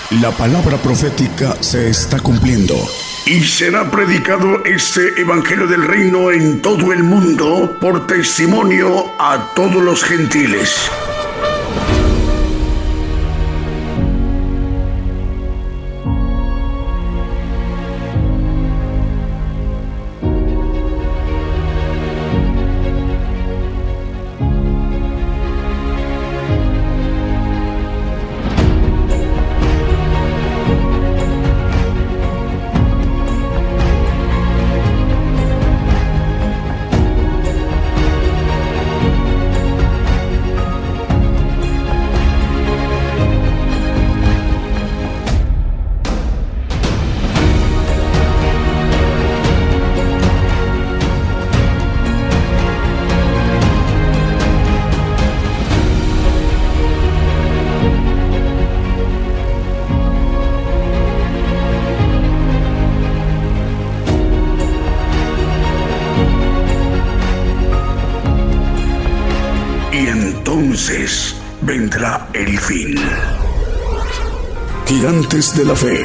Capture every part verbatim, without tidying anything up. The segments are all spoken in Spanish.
La palabra profética se está cumpliendo. Y será predicado este evangelio del reino en todo el mundo por testimonio a todos los gentiles. Entonces vendrá el fin. Gigantes de la Fe.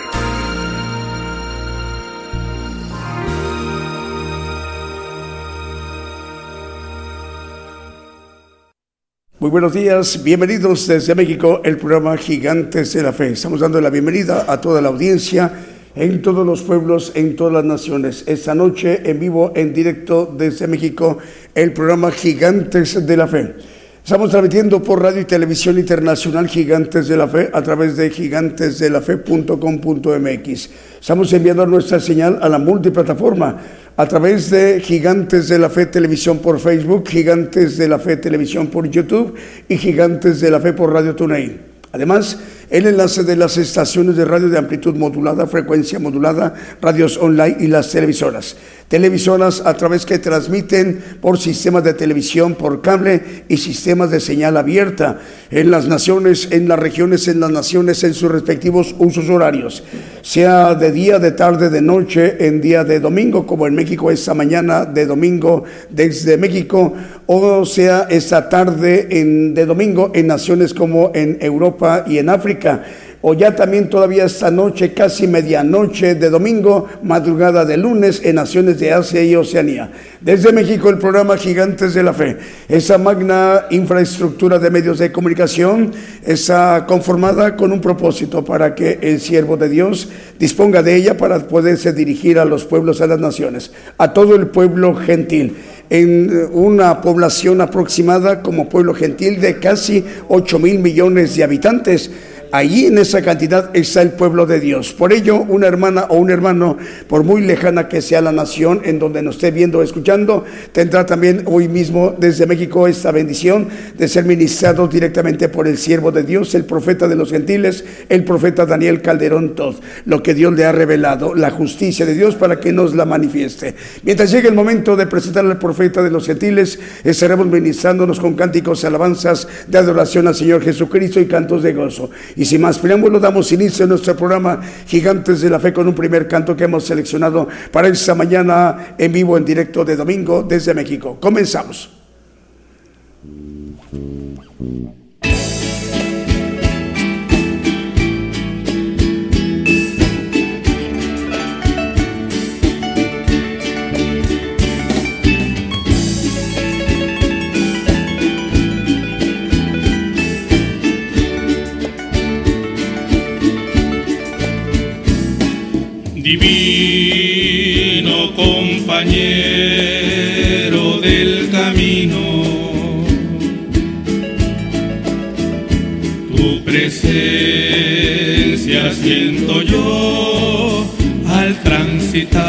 Muy buenos días, bienvenidos desde México, el programa Gigantes de la Fe. Estamos dando la bienvenida a toda la audiencia en todos los pueblos, en todas las naciones. Esta noche en vivo, en directo desde México, el programa Gigantes de la Fe. Estamos transmitiendo por radio y televisión internacional Gigantes de la Fe a través de gigantes de la fe punto com punto m x. Estamos enviando nuestra señal a la multiplataforma a través de Gigantes de la Fe Televisión por Facebook, Gigantes de la Fe Televisión por YouTube y Gigantes de la Fe por Radio TuneIn. Además, el enlace de las estaciones de radio de amplitud modulada, frecuencia modulada, radios online y las televisoras. Televisoras a través que transmiten por sistemas de televisión, por cable y sistemas de señal abierta en las naciones, en las regiones, en las naciones, en sus respectivos usos horarios. Sea de día, de tarde, de noche, en día de domingo, como en México esta mañana de domingo desde México, o sea esta tarde en, de domingo en naciones como en Europa y en África, o ya también todavía esta noche, casi medianoche de domingo, madrugada de lunes en naciones de Asia y Oceanía. Desde México, el programa Gigantes de la Fe. Esa magna infraestructura de medios de comunicación está conformada con un propósito para que el siervo de Dios disponga de ella para poderse dirigir a los pueblos, a las naciones, a todo el pueblo gentil, en una población aproximada como pueblo gentil de casi ocho mil millones de habitantes. Allí en esa cantidad está el pueblo de Dios. Por ello, una hermana o un hermano, por muy lejana que sea la nación en donde nos esté viendo o escuchando, tendrá también hoy mismo desde México esta bendición de ser ministrado directamente por el siervo de Dios, el profeta de los gentiles, el profeta Daniel Calderón Todd. Lo que Dios le ha revelado, la justicia de Dios para que nos la manifieste. Mientras llegue el momento de presentar al profeta de los gentiles, estaremos ministrándonos con cánticos y alabanzas de adoración al Señor Jesucristo y cantos de gozo. Y sin más preámbulo, damos inicio a nuestro programa Gigantes de la Fe con un primer canto que hemos seleccionado para esta mañana en vivo, en directo de domingo desde México. Comenzamos. Divino compañero del camino, tu presencia siento yo al transitar.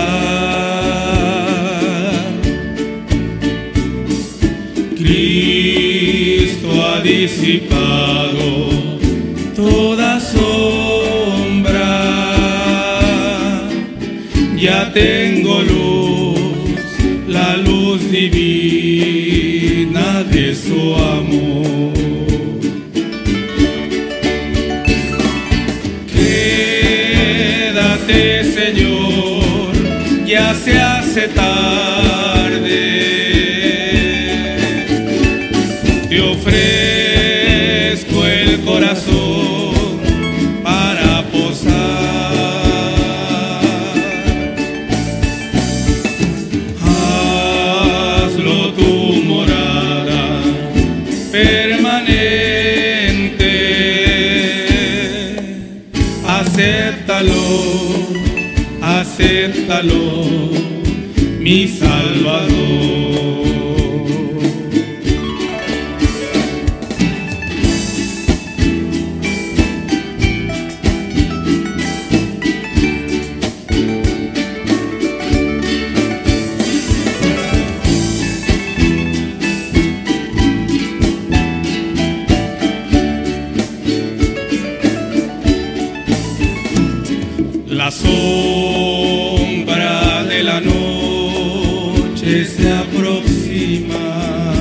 Cristo ha disipado toda sombra. Ya tengo luz, la luz divina de su amor. Quédate, Señor, ya se hace tarde. Te ofrezco el corazón para acéptalo, mi Salvador. La sombra de la noche se aproxima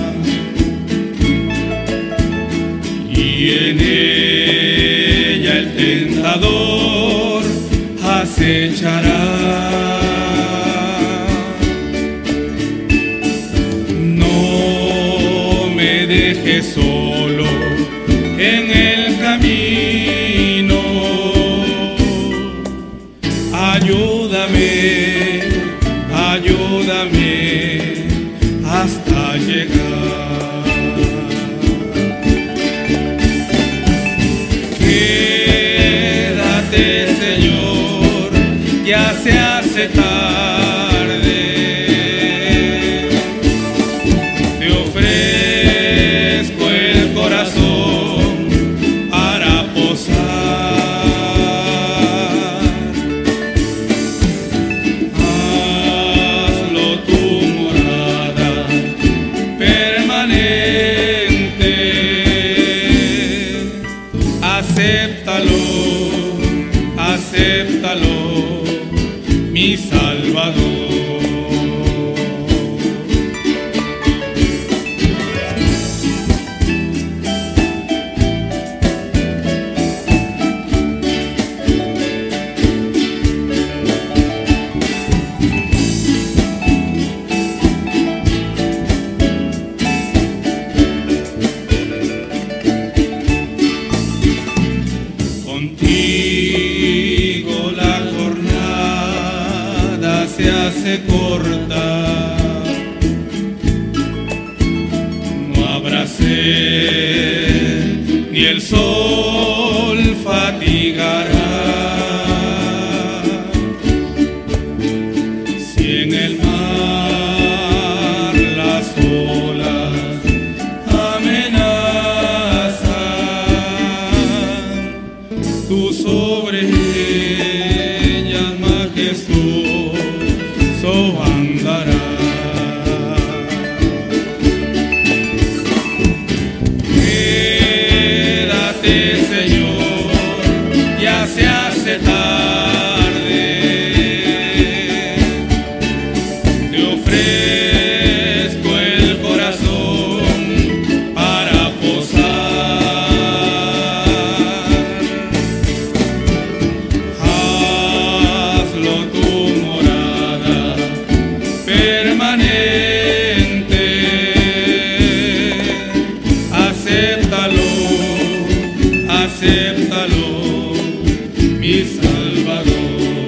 y en ella el tentador acechará. No me dejes solo en el camino. Ayúdame, ayúdame hasta llegar. Quédate, Señor, ya se hace tarde. Te ofrezco el corazón para posar. Acéptalo, mi Salvador. Contigo la jornada se hace corta, no habrá sed ni el sol fatigará. Si en el mar las olas amenazan, tú sobre ellas majestuoso andarás. Quédate, Señor, ya se hace tarde. Te ofrezco el corazón para posar. Hazlo tu morada permanente. Acéptalo, acéptalo, mi Salvador.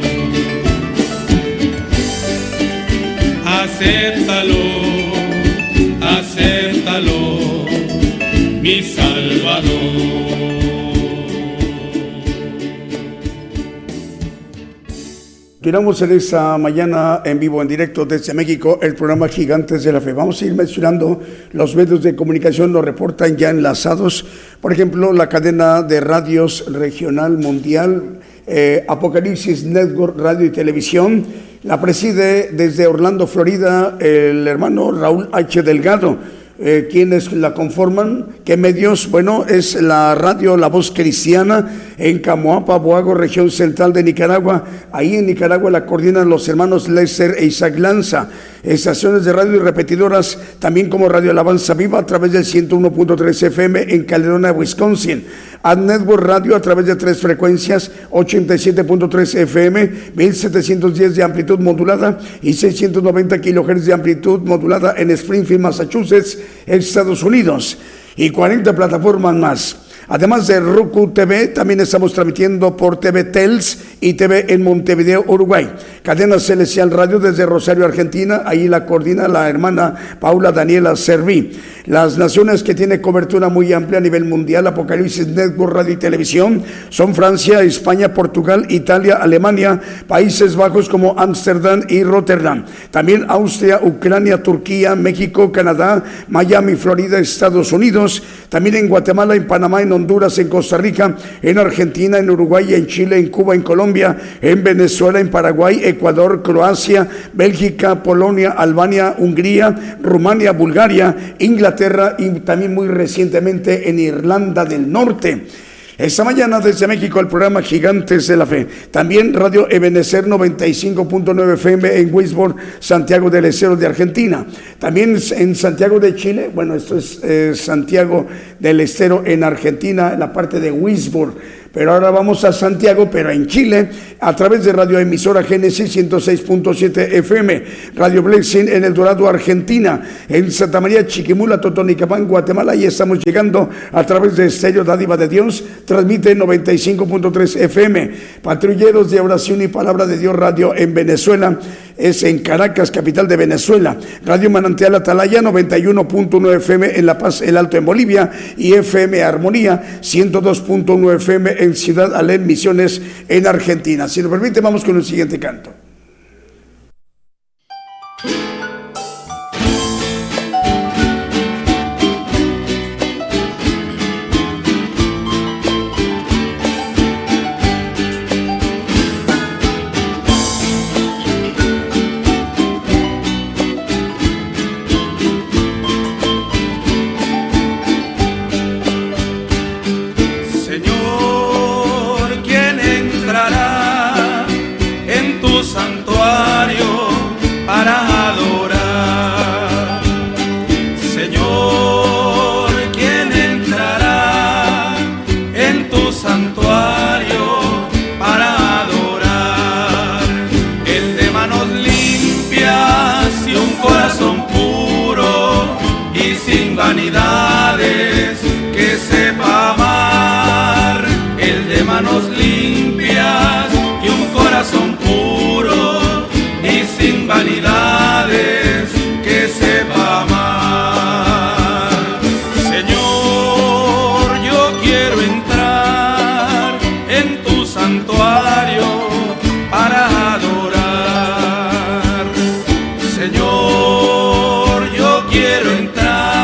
Acéptalo, acéptalo, mi Salvador. Continuamos en esta mañana en vivo, en directo desde México, el programa Gigantes de la Fe. Vamos a ir mencionando los medios de comunicación, nos reportan ya enlazados. Por ejemplo, la cadena de radios regional mundial, eh, Apocalipsis Network Radio y Televisión, la preside desde Orlando, Florida, el hermano Raúl H. Delgado. Eh, ¿Quiénes la conforman? ¿Qué medios? Bueno, es la radio La Voz Cristiana en Camoapa, Boago, región central de Nicaragua. Ahí en Nicaragua la coordinan los hermanos Lester e Isaac Lanza. Estaciones de radio y repetidoras también como Radio Alabanza Viva a través del ciento uno punto tres F M en Caledonia, Wisconsin. Ad Network Radio a través de tres frecuencias, ochenta y siete punto tres F M, mil setecientos diez de amplitud modulada y seiscientos noventa kilohertz de amplitud modulada en Springfield, Massachusetts, Estados Unidos, y cuarenta plataformas más. Además de Roku T V, también estamos transmitiendo por T V Tels y T V en Montevideo, Uruguay. Cadena Celestial Radio desde Rosario, Argentina, ahí la coordina la hermana Paula Daniela Serví. Las naciones que tienen cobertura muy amplia a nivel mundial, Apocalipsis Network Radio y Televisión, son Francia, España, Portugal, Italia, Alemania, Países Bajos como Ámsterdam y Rotterdam. También Austria, Ucrania, Turquía, México, Canadá, Miami, Florida, Estados Unidos. También en Guatemala, en Panamá, en Honduras, en Costa Rica, en Argentina, en Uruguay, en Chile, en Cuba, en Colombia, en Venezuela, en Paraguay, Ecuador, Croacia, Bélgica, Polonia, Albania, Hungría, Rumania, Bulgaria, Inglaterra y también muy recientemente en Irlanda del Norte. Esta mañana desde México el programa Gigantes de la Fe. También Radio Ebenecer noventa y cinco punto nueve F M en Wisborne, Santiago del Estero de Argentina. También en Santiago de Chile, bueno, esto es eh, Santiago del Estero en Argentina, la parte de Wisborne. Pero ahora vamos a Santiago, pero en Chile, a través de Radio Emisora Génesis ciento seis punto siete F M, Radio Blessing en El Dorado, Argentina, en Santa María, Chiquimula, Totonicapán, Guatemala, y estamos llegando a través de Estéreo Dádiva de Dios, transmite noventa y cinco punto tres F M, Patrulleros de Oración y Palabra de Dios Radio en Venezuela, es en Caracas, capital de Venezuela, Radio Manantial Atalaya noventa y uno punto nueve F M en La Paz, El Alto en Bolivia, y F M Armonía ciento dos punto nueve F M en Ciudad Alén, Misiones en Argentina. Si nos permite, vamos con el siguiente canto. Vanidades, que sepa amar, el de manos limpias y un corazón puro y sin vanidades, que sepa amar. Señor, yo quiero entrar en tu santuario para adorar. Señor, yo quiero entrar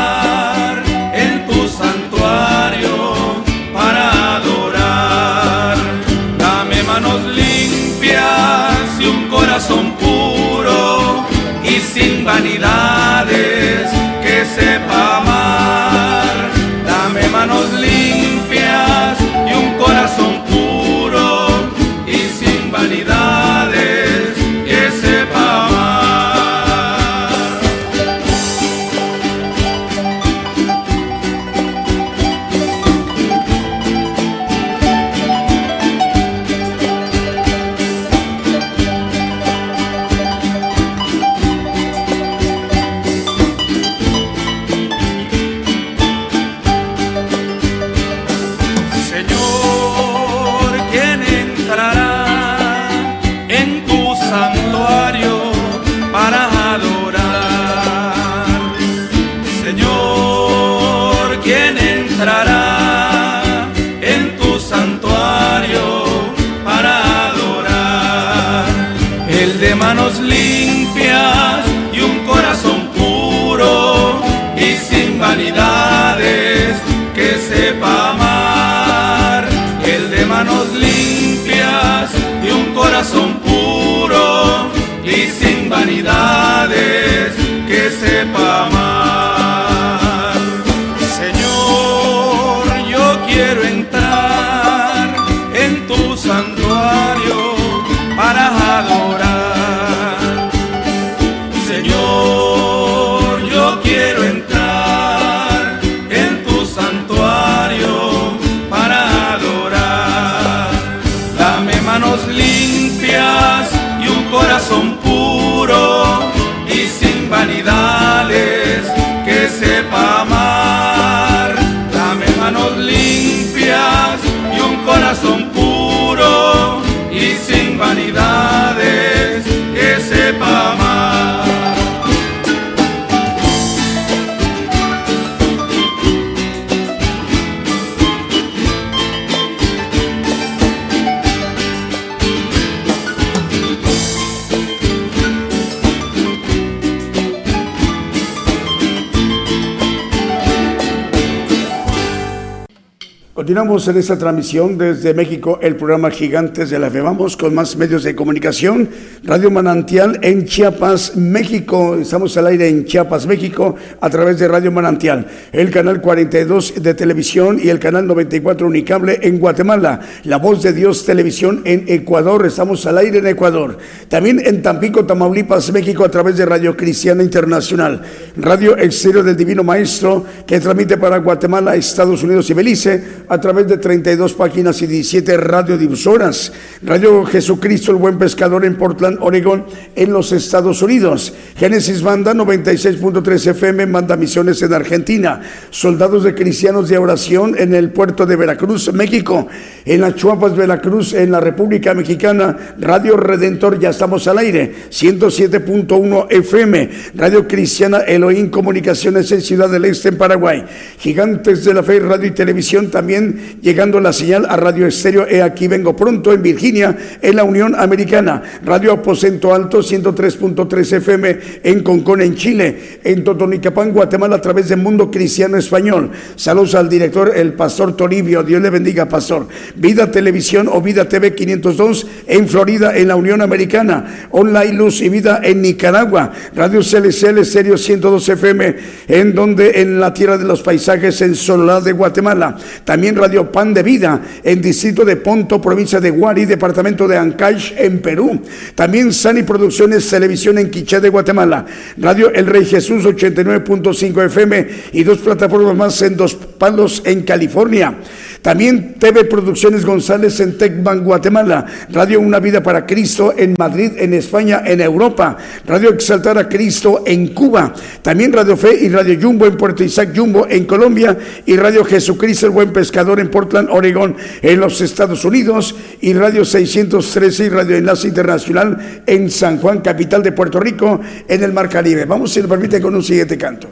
corazón puro y sin vanidades, que sepa amar. Dame manos limpias y un corazón puro y sin vanidades, que sepa amar. Manos limpias y un corazón puro y sin vanidades, que sepa amar. El de manos limpias y un corazón puro y sin vanidades, que sepa amar. Señor, yo quiero entrar en tu santuario para adorar. Señor, yo quiero entrar en tu santuario para adorar. Dame manos limpias y un corazón puro y sin vanidades, Continuamos en esta transmisión desde México, el programa Gigantes de la Fe. Vamos con más medios de comunicación. Radio Manantial en Chiapas, México. Estamos al aire en Chiapas, México, a través de Radio Manantial. El canal cuarenta y dos de televisión y el canal noventa y cuatro Unicable en Guatemala. La Voz de Dios Televisión en Ecuador. Estamos al aire en Ecuador. También en Tampico, Tamaulipas, México, a través de Radio Cristiana Internacional. Radio Exterior del Divino Maestro, que transmite para Guatemala, Estados Unidos y Belice, a través de treinta y dos páginas y diecisiete radiodifusoras. Radio Jesucristo el Buen Pescador en Portland, Oregón, en los Estados Unidos. Génesis Banda noventa y seis punto tres F M, Banda Misiones en Argentina. Soldados de Cristianos de Oración en el puerto de Veracruz, México. En las Chuapas, Veracruz, en la República Mexicana, Radio Redentor, ya estamos al aire, ciento siete punto uno F M. Radio Cristiana Elohim Comunicaciones en Ciudad del Este, en Paraguay. Gigantes de la Fe, Radio y Televisión, también llegando la señal a Radio Estéreo He Aquí Vengo Pronto en Virginia, en la Unión Americana. Radio Aposento Alto ciento tres punto tres F M en Concón, en Chile. En Totonicapán, Guatemala, a través de Mundo Cristiano Español. Saludos al director, el pastor Toribio. Dios le bendiga, pastor. Vida Televisión o Vida T V quinientos dos en Florida, en la Unión Americana. Online Luz y Vida en Nicaragua. Radio C L C L Estéreo ciento dos F M, en donde en la Tierra de los Paisajes, en Soledad de Guatemala. También Radio Pan de Vida en Distrito de Ponto, provincia de Huari, departamento de Ancash, en Perú. También Sani Producciones Televisión en Quiché de Guatemala. Radio El Rey Jesús ochenta y nueve punto cinco F M y dos plataformas más en Dos Palos, en California. También T V Producciones González en Tecban, Guatemala. Radio Una Vida para Cristo en Madrid, en España, en Europa. Radio Exaltar a Cristo en Cuba. También Radio Fe y Radio Jumbo en Puerto Isaac Jumbo, en Colombia. Y Radio Jesucristo el Buen Pescador en Portland, Oregón, en los Estados Unidos. Y Radio seiscientos trece y Radio Enlace Internacional en San Juan, capital de Puerto Rico, en el Mar Caribe. Vamos, si nos permite, con un siguiente canto.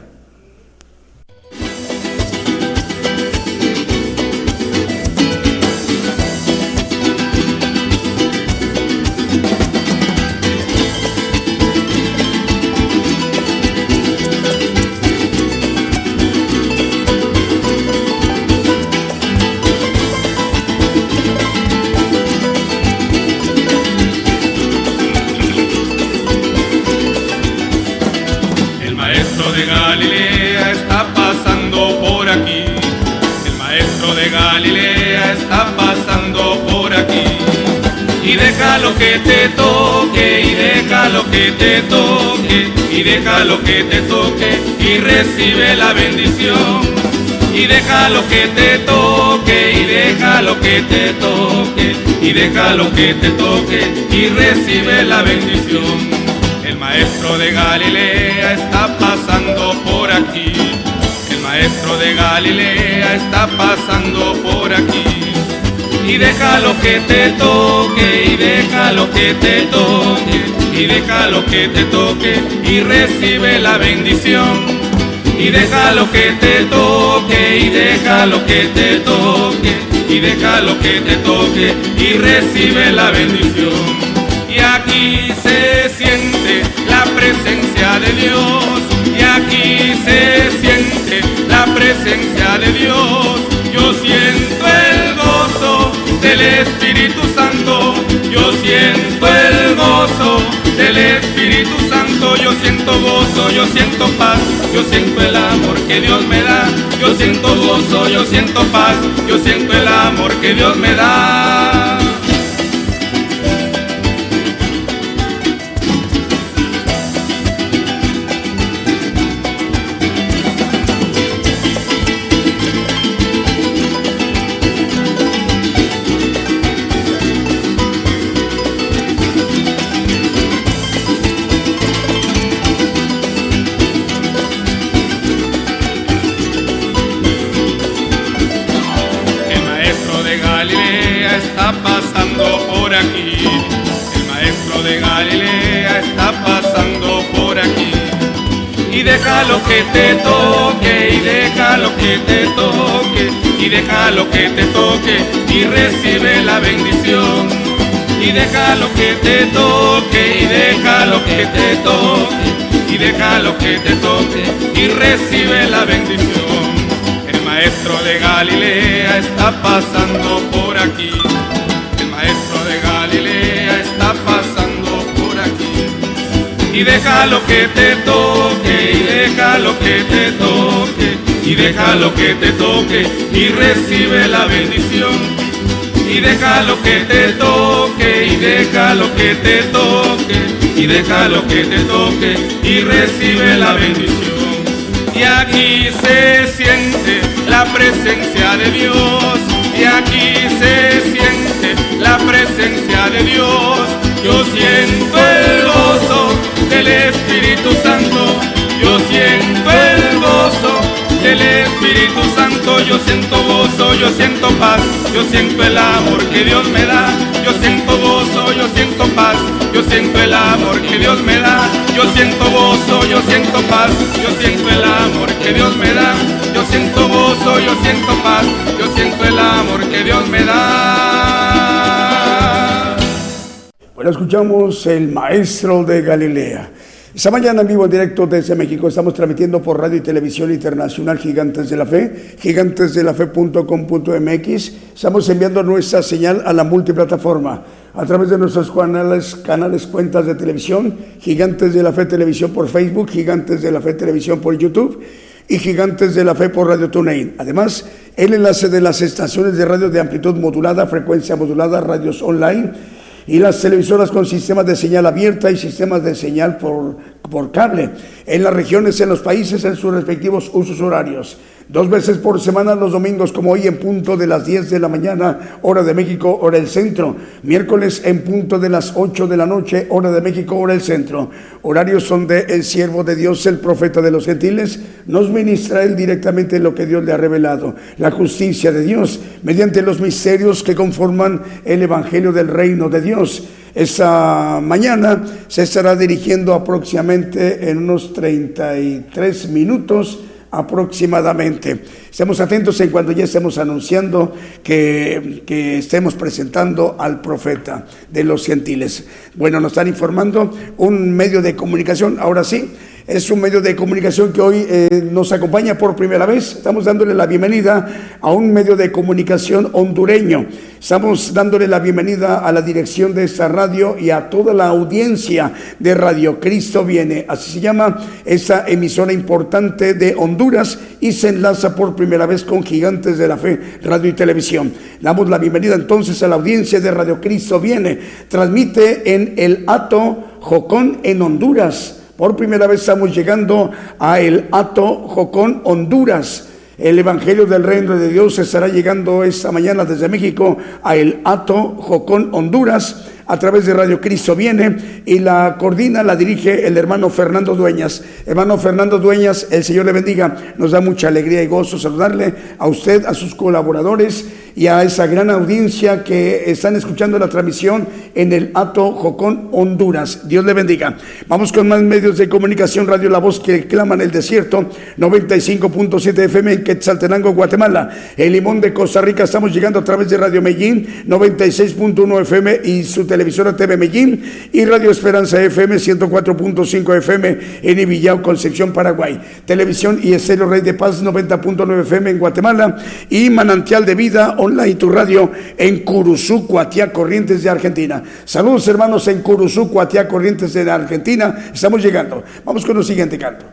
Y deja lo que te toque, y deja lo que te toque, y deja lo que te toque, y recibe la bendición. Y deja lo que te toque, y deja lo que te toque, y deja lo que te toque, y recibe la bendición. El maestro de Galilea está pasando por aquí. El maestro de Galilea está pasando por aquí. Y deja lo que te toque, y deja lo que te toque, y deja lo que te toque, y recibe la bendición. Y deja lo que te toque, y deja lo que te toque, y deja lo que te toque, y recibe la bendición. Y aquí se siente la presencia de Dios, y aquí se siente la presencia de Dios. Yo siento el gozo del Espíritu Santo, yo siento el gozo del Espíritu Santo, yo siento gozo, yo siento paz, yo siento el amor que Dios me da, yo siento gozo, yo siento paz, yo siento el amor que Dios me da. Está pasando por aquí, el maestro de Galilea está pasando por aquí. Y deja lo que te toque, y deja lo que te toque, y deja lo que te toque, y recibe la bendición. Y deja lo que te toque, y deja lo que te toque, y deja lo que te toque, y recibe la bendición. El maestro de Galilea está pasando por aquí. El maestro de Galilea está pasando por aquí. Y deja lo que te toque, y deja lo que te toque, y deja lo que te toque, y recibe la bendición. Y deja lo que te toque, y deja lo que te toque, y deja lo que te toque, y recibe la bendición. Y aquí se siente la presencia de Dios, y aquí se siente la presencia de Dios. Yo siento el gozo del Espíritu Santo, yo siento el gozo del Espíritu Santo, yo siento gozo, yo siento paz, yo siento el amor que Dios me da, yo siento gozo, yo siento paz, yo siento el amor que Dios me da, yo siento gozo, yo siento paz, yo siento el amor que Dios me da, yo siento gozo, yo siento paz, yo siento el amor que Dios me da. Bueno, escuchamos el maestro de Galilea. Esta mañana en vivo en directo desde México estamos transmitiendo por radio y televisión internacional Gigantes de la Fe, gigantes de la fe punto com punto m x. Estamos enviando nuestra señal a la multiplataforma a través de nuestros canales, canales, cuentas de televisión, Gigantes de la Fe Televisión por Facebook, Gigantes de la Fe Televisión por YouTube y Gigantes de la Fe por Radio TuneIn. Además, el enlace de las estaciones de radio de amplitud modulada, frecuencia modulada, radios online, y las televisoras con sistemas de señal abierta y sistemas de señal por, por cable en las regiones, en los países, en sus respectivos usos horarios. Dos veces por semana, los domingos como hoy en punto de las diez de la mañana, hora de México, hora del centro. Miércoles en punto de las ocho de la noche, hora de México, hora del centro. Horarios son de el siervo de Dios, el profeta de los gentiles. Nos ministra él directamente lo que Dios le ha revelado, la justicia de Dios, mediante los misterios que conforman el evangelio del reino de Dios. Esta mañana se estará dirigiendo aproximadamente en unos treinta y tres minutos aproximadamente. Estemos atentos en cuando ya estemos anunciando que, que estemos presentando al profeta de los gentiles. Bueno, nos están informando un medio de comunicación, ahora sí, es un medio de comunicación que hoy eh, nos acompaña por primera vez. Estamos dándole la bienvenida a un medio de comunicación hondureño. Estamos dándole la bienvenida a la dirección de esta radio y a toda la audiencia de Radio Cristo Viene. Así se llama esta emisora importante de Honduras y se enlaza por primera vez con Gigantes de la Fe, radio y televisión. Damos la bienvenida entonces a la audiencia de Radio Cristo Viene. Transmite en el Hato Jocón en Honduras. Por primera vez estamos llegando a el Hato Jocón, Honduras. El Evangelio del Reino de Dios estará llegando esta mañana desde México a el Hato Jocón, Honduras, a través de Radio Cristo Viene, y la coordina, la dirige el hermano Fernando Dueñas. Hermano Fernando Dueñas, el Señor le bendiga. Nos da mucha alegría y gozo saludarle a usted, a sus colaboradores y a esa gran audiencia que están escuchando la transmisión en el Hato Jocón, Honduras. Dios le bendiga. Vamos con más medios de comunicación. Radio La Voz que clama en el desierto, noventa y cinco punto siete F M en Quetzaltenango, Guatemala. El Limón de Costa Rica, estamos llegando a través de Radio Medellín, noventa y seis punto uno F M y su televisora T V Medellín, y Radio Esperanza F M, ciento cuatro punto cinco F M en Ibillao, Concepción, Paraguay. Televisión y Estéreo Rey de Paz, noventa punto nueve F M en Guatemala, y Manantial de Vida Online, tu radio en Curuzú, Cuatiá, Corrientes de Argentina. Saludos, hermanos, en Curuzú, Cuatiá, Corrientes de Argentina. Estamos llegando. Vamos con el siguiente canto.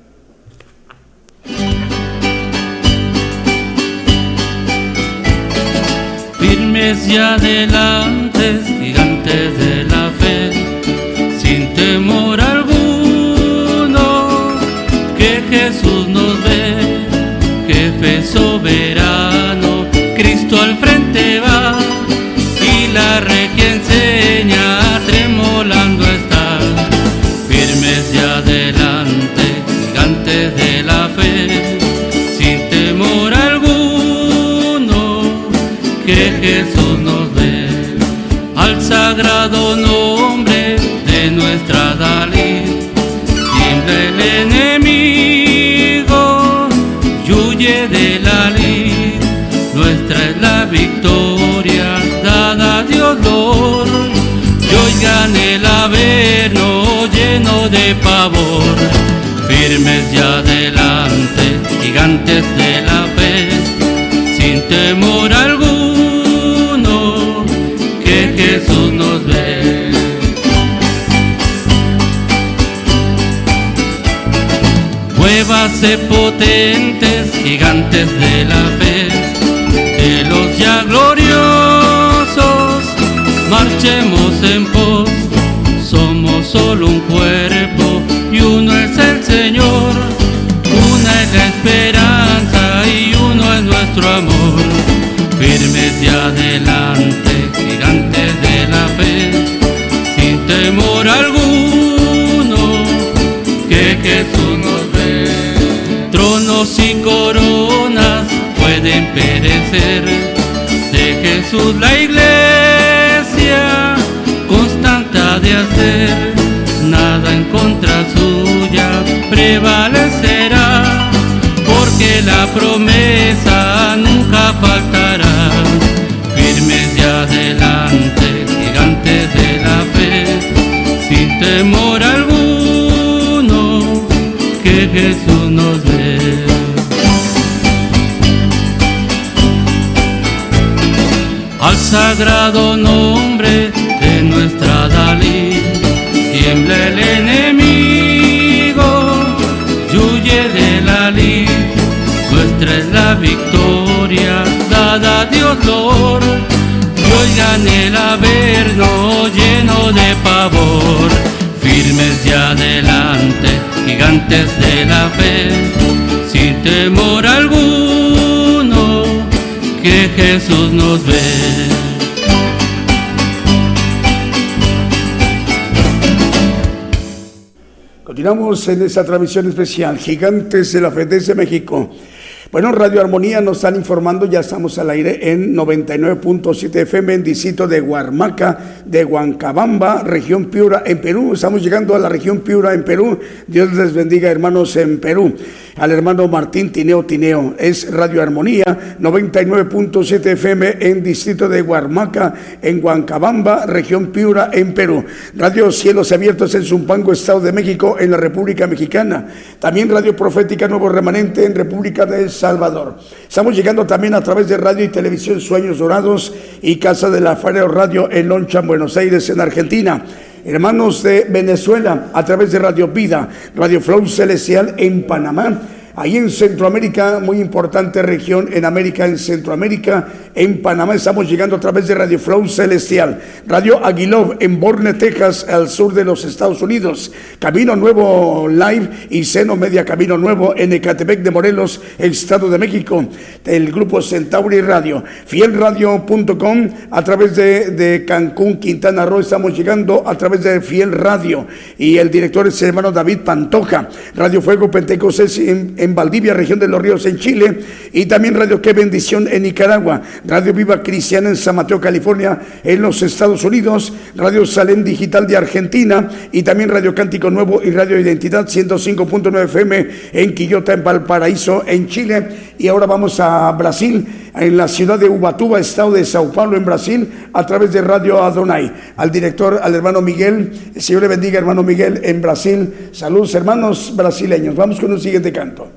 Firmes y adelantes, gigantes de la fe, sin temor alguno, que Jesús nos ve, jefe soberano, Cristo al frente va, y la regia enseña, tremolando está. Firmes y adelante, gigantes de la fe, sin temor alguno, que Jesús nos ve, al sagrado nombre de nuestra Dalí, tiembla el enemigo y huye de la lid. Nuestra es la victoria dada de olor, y oigan el averno lleno de pavor. Firmes y adelante, gigantes de la fe, temor alguno, que Jesús nos ve. Muévase potentes, gigantes de la fe, de los ya gloriosos, marchemos en pos. Somos solo un cuerpo y uno es el Señor, una es la esperanza y uno es nuestro amor. Firmes de adelante, gigantes de la fe, sin temor alguno, que Jesús nos ve. Tronos y coronas pueden perecer, de Jesús la iglesia constante ha de hacer, nada en contra suya prevalecerá, porque la promesa nunca faltará. Firmes de adelante, gigantes de la fe, sin temor alguno, que Jesús nos ve. Al sagrado nombre de nuestra Dalí tiembla el enemigo, y huye de la lid. Nuestra es la victoria, dada a Dios loor, y oigan el averno lleno de pavor. Firmes de adelante, gigantes de la fe, sin temor alguno, que Jesús nos ve. Continuamos en esta transmisión especial, Gigantes de la Fe desde México. Bueno, Radio Armonía nos están informando, ya estamos al aire en noventa y nueve punto siete F M en distrito de Huarmaca, de Huancabamba, región Piura, en Perú. Estamos llegando a la región Piura, en Perú. Dios les bendiga, hermanos, en Perú. Al hermano Martín Tineo Tineo, es Radio Armonía, noventa y nueve punto siete F M en distrito de Huarmaca, en Huancabamba, región Piura, en Perú. Radio Cielos Abiertos en Zumpango, Estado de México, en la República Mexicana. También Radio Profética Nuevo Remanente en República de Salvador. Estamos llegando también a través de radio y televisión Sueños Dorados y Casa de la Fareo Radio en Loncha, Buenos Aires, en Argentina. Hermanos de Venezuela, a través de Radio Vida, Radio Flow Celestial en Panamá. Ahí en Centroamérica, muy importante región en América, en Centroamérica, en Panamá, estamos llegando a través de Radio Flow Celestial, Radio Aguilov en Borne, Texas, al sur de los Estados Unidos, Camino Nuevo Live y Seno Media Camino Nuevo en Ecatepec de Morelos, Estado de México, el grupo Centauri Radio, fiel radio punto com, a través de, de Cancún, Quintana Roo, estamos llegando a través de Fiel Radio, y el director es el hermano David Pantoja, Radio Fuego Pentecostés en, en en Valdivia, región de Los Ríos, en Chile, y también Radio Qué Bendición en Nicaragua, Radio Viva Cristiana en San Mateo, California, en los Estados Unidos, Radio Salem Digital de Argentina, y también Radio Cántico Nuevo y Radio Identidad ciento cinco punto nueve F M en Quillota, en Valparaíso, en Chile. Y ahora vamos a Brasil, en la ciudad de Ubatuba, estado de Sao Paulo, en Brasil, a través de Radio Adonai. Al director, al hermano Miguel, el Señor le bendiga, hermano Miguel, en Brasil. Saludos, hermanos brasileños. Vamos con un siguiente canto.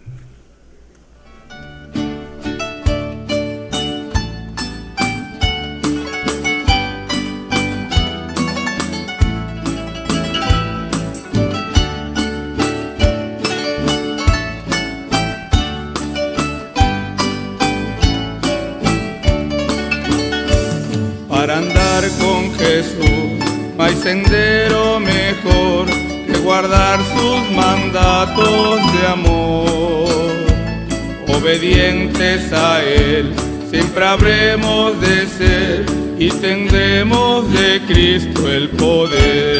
Para andar con Jesús no hay sendero mejor que guardar sus mandatos de amor. Obedientes a Él siempre habremos de ser y tendremos de Cristo el poder.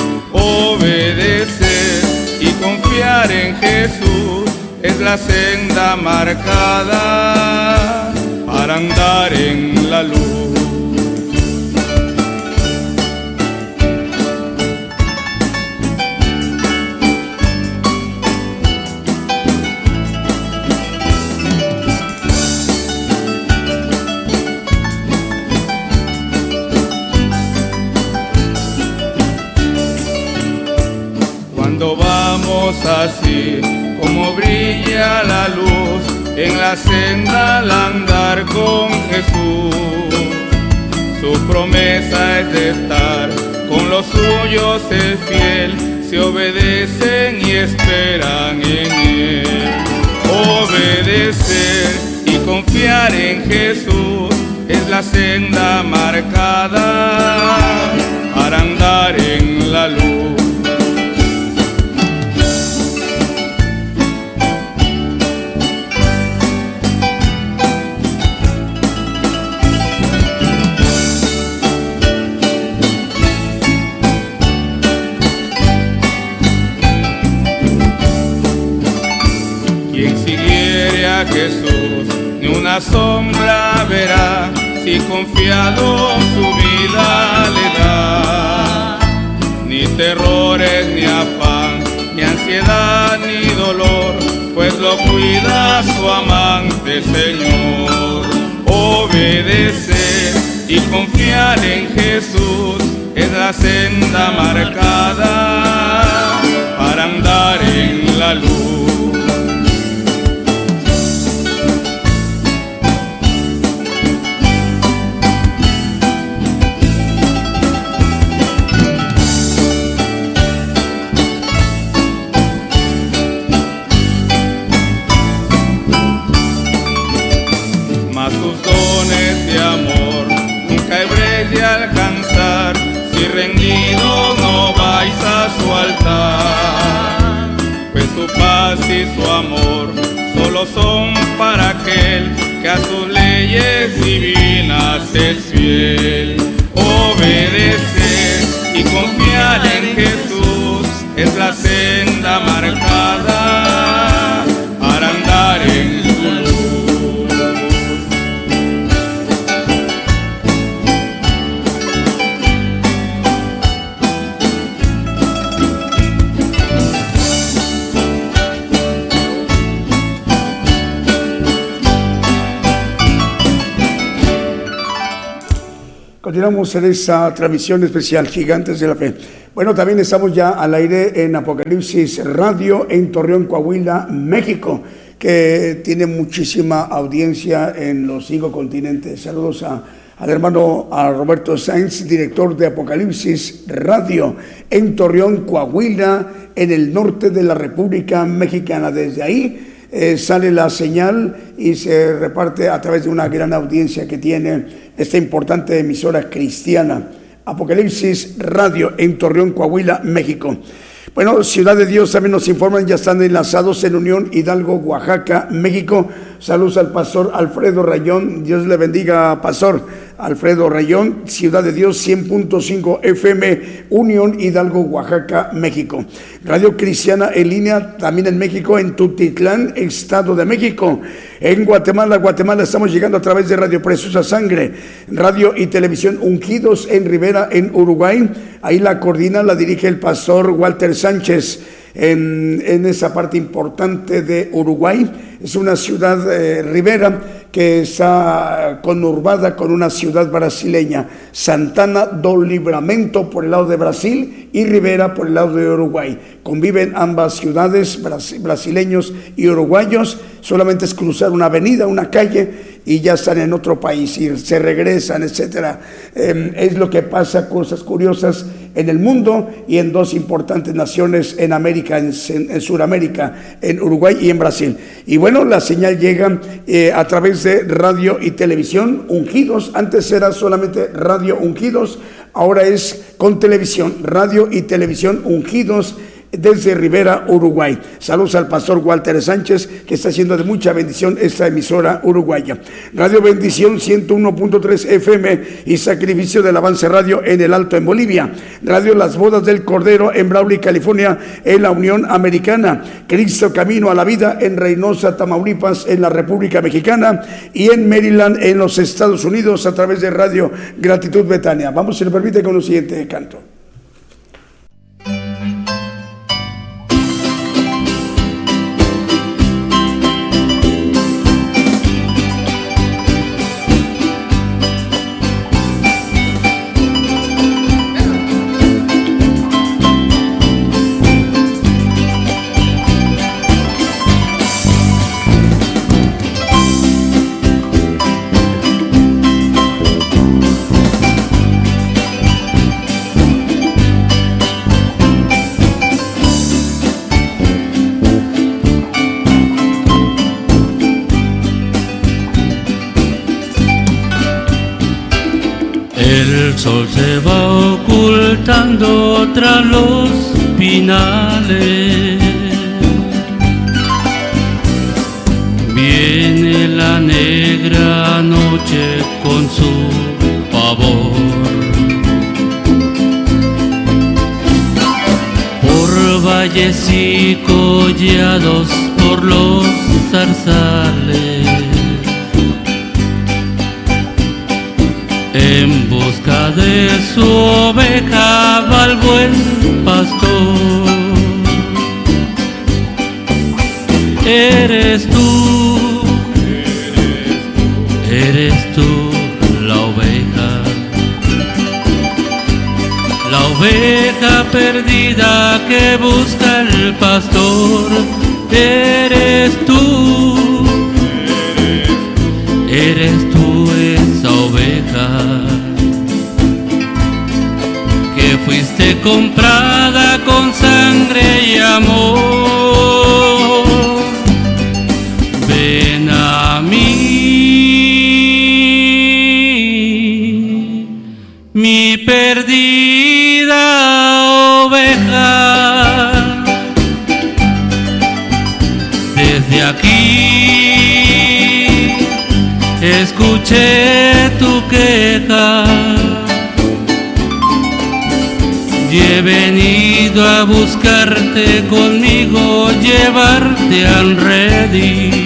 Obedecer y confiar en Jesús es la senda marcada para andar en la luz. Cuando vamos así, como brilla la luz en la senda al andar promesa es de estar con los suyos es fiel, se obedecen y esperan en Él. Obedecer y confiar en Jesús es la senda marcada para andar en la luz. Quien siguiere a Jesús ni una sombra verá, si confiado su vida le da. Ni terrores, ni afán, ni ansiedad, ni dolor, pues lo cuida su amante Señor. Obedecer y confiar en Jesús es la senda marcada para andar en la luz. Alcanzar, si rendido no vais a su altar, pues su paz y su amor solo son para aquel que a sus leyes divinas es fiel. Obedecer y confiar en Jesús es la senda marcada para andar en su luz. Continuamos en esta transmisión especial Gigantes de la Fe. Bueno, también estamos ya al aire en Apocalipsis Radio en Torreón, Coahuila, México, que tiene muchísima audiencia en los cinco continentes. Saludos a, al hermano a Roberto Sainz, director de Apocalipsis Radio en Torreón, Coahuila, en el norte de la República Mexicana. Desde ahí Eh, sale la señal y se reparte a través de una gran audiencia que tiene esta importante emisora cristiana, Apocalipsis Radio en Torreón, Coahuila, México. Bueno, Ciudad de Dios también nos informan, ya están enlazados en Unión Hidalgo, Oaxaca, México. Saludos al pastor Alfredo Rayón, Dios le bendiga, pastor Alfredo Rayón. Ciudad de Dios cien punto cinco F M, Unión Hidalgo, Oaxaca, México. Radio Cristiana en línea también en México, en Tutitlán, Estado de México. En Guatemala, Guatemala estamos llegando a través de Radio Preciosa Sangre, radio y televisión Ungidos en Rivera, en Uruguay. Ahí la coordina, la dirige el pastor Walter Sánchez. En, en esa parte importante de Uruguay. Es una ciudad eh, ribera que está conurbada con una ciudad brasileña, Santana do Livramento por el lado de Brasil y Rivera por el lado de Uruguay. Conviven ambas ciudades, bras, brasileños y uruguayos. Solamente es cruzar una avenida, una calle, y ya están en otro país y se regresan, etcétera. Eh, es lo que pasa, cosas curiosas en el mundo y en dos importantes naciones en América, en, en Sudamérica, en Uruguay y en Brasil. Y bueno, la señal llega eh, a través de radio y televisión Ungidos. Antes era solamente radio Ungidos, ahora es con televisión, radio y televisión Ungidos desde Rivera, Uruguay. Saludos al pastor Walter Sánchez, que está haciendo de mucha bendición esta emisora uruguaya. Radio Bendición ciento uno punto tres F M y Sacrificio del Avance Radio en el Alto, en Bolivia. Radio Las Bodas del Cordero en Brawley, California, en la Unión Americana. Cristo Camino a la Vida en Reynosa, Tamaulipas, en la República Mexicana, y en Maryland, en los Estados Unidos, a través de Radio Gratitud Betania. Vamos, si le permite, con el siguiente canto. El sol se va ocultando tras los pinales. Viene la negra noche con su pavor. Por valles y collados, por los zarzales, en busca de su oveja va el buen pastor. Eres tú, eres tú la oveja, la oveja perdida que busca el pastor. Eres tú, eres tú esa oveja que fuiste comprada con sangre y amor. Ven a mí, mi perdida oveja. Desde aquí escuché tu queja y he venido a buscarte conmigo, llevarte al redil.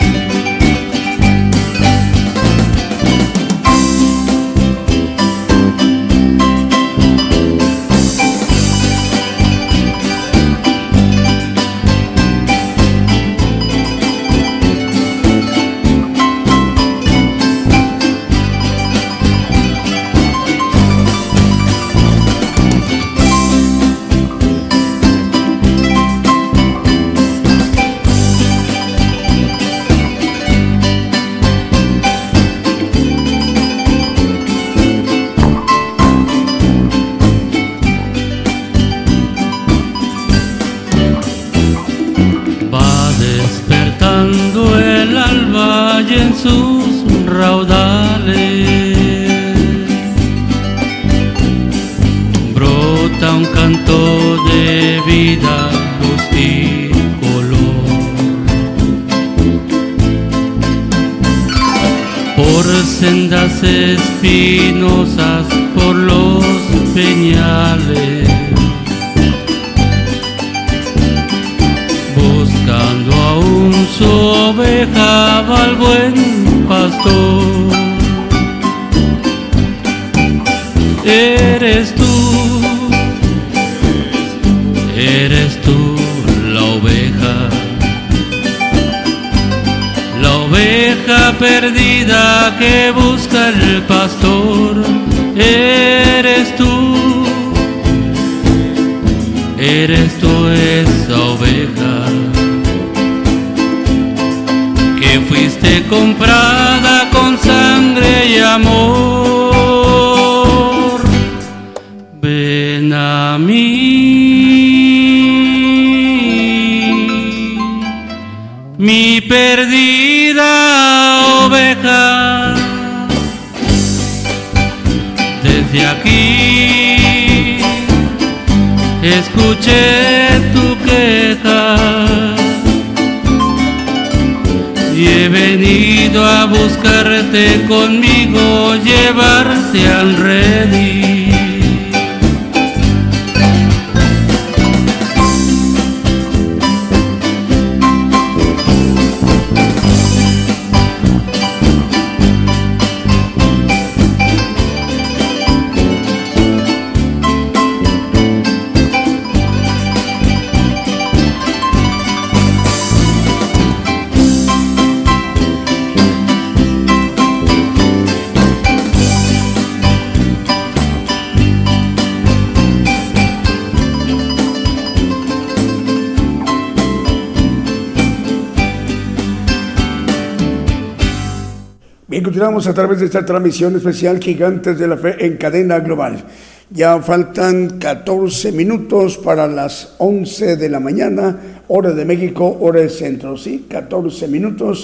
En sus raudales brota un canto de vida, luz y color. Por sendas espinosas, por los peñales, buscando aún su oveja va el buen pastor. Eres tú, eres tú la oveja, la oveja perdida que busca el pastor. Eres tú, eres tú esa oveja que fuiste comprada con sangre y amor. Ven a mí, mi perdida oveja. Desde aquí escuché tu queja y he venido a buscarte conmigo, llevarte al redil. Bien, continuamos a través de esta transmisión especial Gigantes de la Fe en cadena global. Ya faltan catorce minutos para las once de la mañana, hora de México, hora del centro. Sí, catorce minutos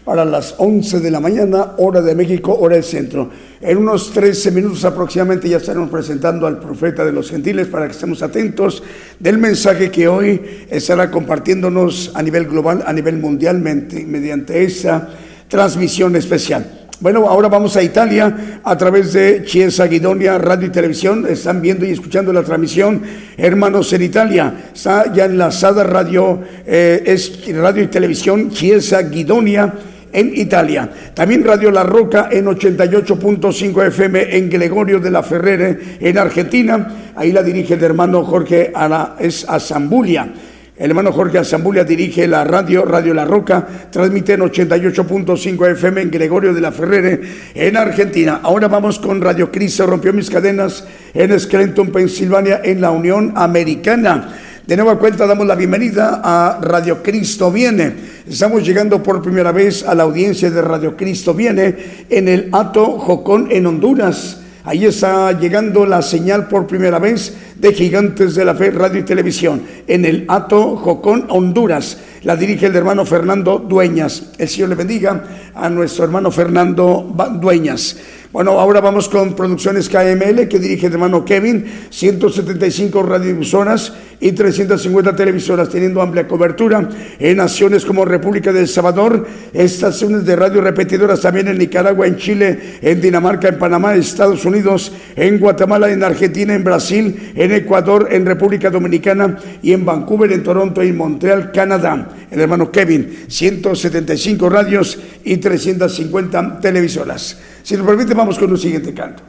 para las once de la mañana, hora de México, hora del centro. En unos trece minutos aproximadamente ya estaremos presentando al profeta de los gentiles para que estemos atentos del mensaje que hoy estará compartiéndonos a nivel global, a nivel mundial, mediante esa transmisión especial. Bueno, ahora vamos a Italia a través de Chiesa Guidonia Radio y Televisión. Están viendo y escuchando la transmisión, hermanos en Italia. Está ya enlazada radio, eh, es Radio y Televisión Chiesa Guidonia en Italia. También Radio La Roca en ochenta y ocho punto cinco F M en Gregorio de la Ferrere en Argentina. Ahí la dirige el hermano Jorge Ara, es Azambulia. El hermano Jorge Azambulia dirige la radio, Radio La Roca, transmite en ochenta y ocho punto cinco F M en Gregorio de la Ferrere, en Argentina. Ahora vamos con Radio Cristo Rompió Mis Cadenas en Scranton, Pensilvania, en la Unión Americana. De nueva cuenta damos la bienvenida a Radio Cristo Viene. Estamos llegando por primera vez a la audiencia de Radio Cristo Viene en el Hato Jocón, en Honduras. Ahí está llegando la señal por primera vez de Gigantes de la Fe Radio y Televisión en el Hato Jocón, Honduras. La dirige el hermano Fernando Dueñas. El Señor le bendiga a nuestro hermano Fernando Dueñas. Bueno, ahora vamos con Producciones K M L, que dirige el hermano Kevin, ciento setenta y cinco radiodifusoras y trescientas cincuenta televisoras, teniendo amplia cobertura en naciones como República del Salvador, estaciones de radio repetidoras también en Nicaragua, en Chile, en Dinamarca, en Panamá, Estados Unidos, en Guatemala, en Argentina, en Brasil, en Ecuador, en República Dominicana y en Vancouver, en Toronto y en Montreal, Canadá. El hermano Kevin, ciento setenta y cinco radios y trescientas cincuenta televisoras. Si nos permite, vamos con un siguiente canto.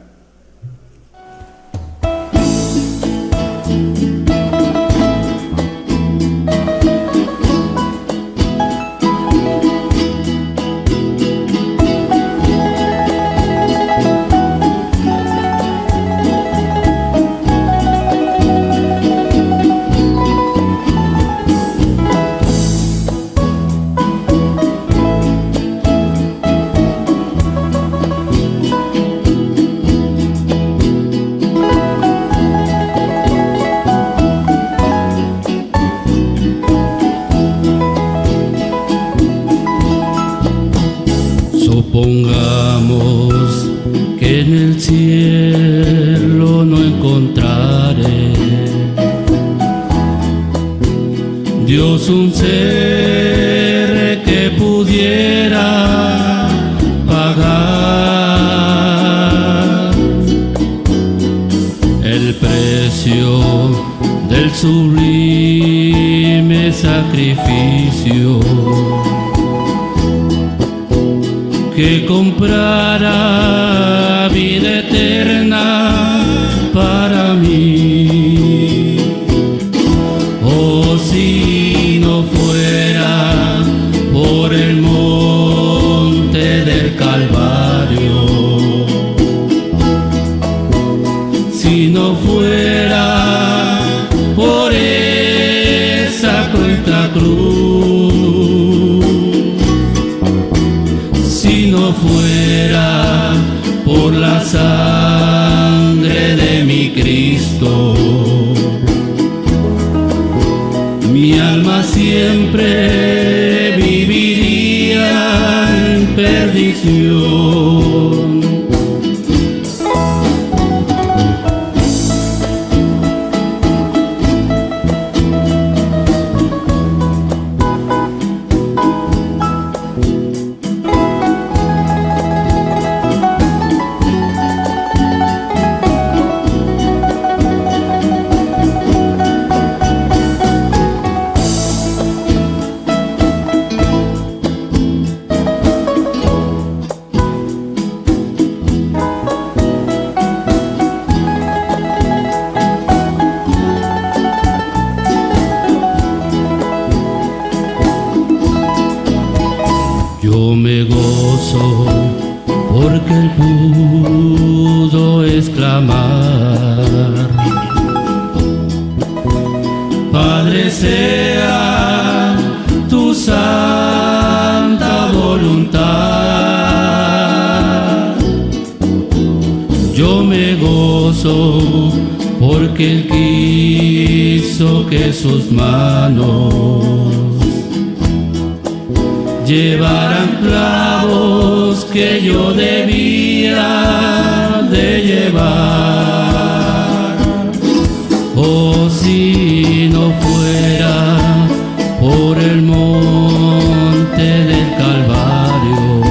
Supongamos que en el cielo no encontraré Dios un ser que pudiera pagar el precio del sublime sacrificio que comprara vida eterna para mí. Oh, si no fuera por el monte del Calvario, si no fuera por esa cruenta cruz, si no fuera por la sangre de mi Cristo, mi alma siempre viviría en perdición. Yo me gozo porque Él pudo exclamar: Padre, sea tu santa voluntad. Yo me gozo porque Él quiso que sus manos llevarán clavos que yo debía de llevar. Oh, si no fuera por el monte del Calvario,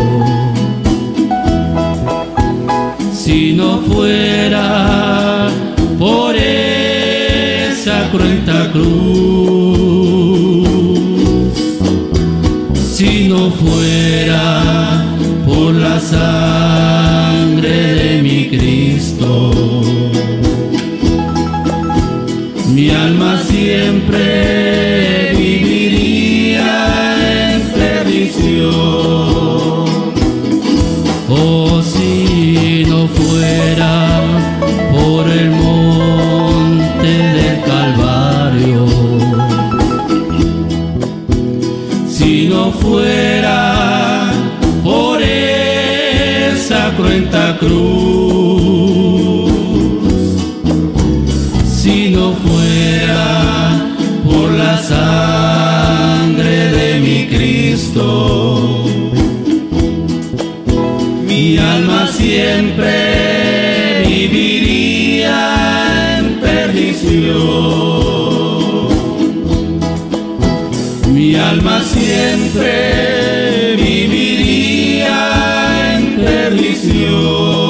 si no fuera por esa cruenta cruz, si no fuera por la sangre de mi Cristo, mi alma siempre viviría en perdición. Oh, si no fuera por el monte del Calvario, si no fuera por esa cruenta cruz, si no fuera por la sangre de mi Cristo, mi alma siempre viviría en perdición. Mi alma siempre viviría en perdición.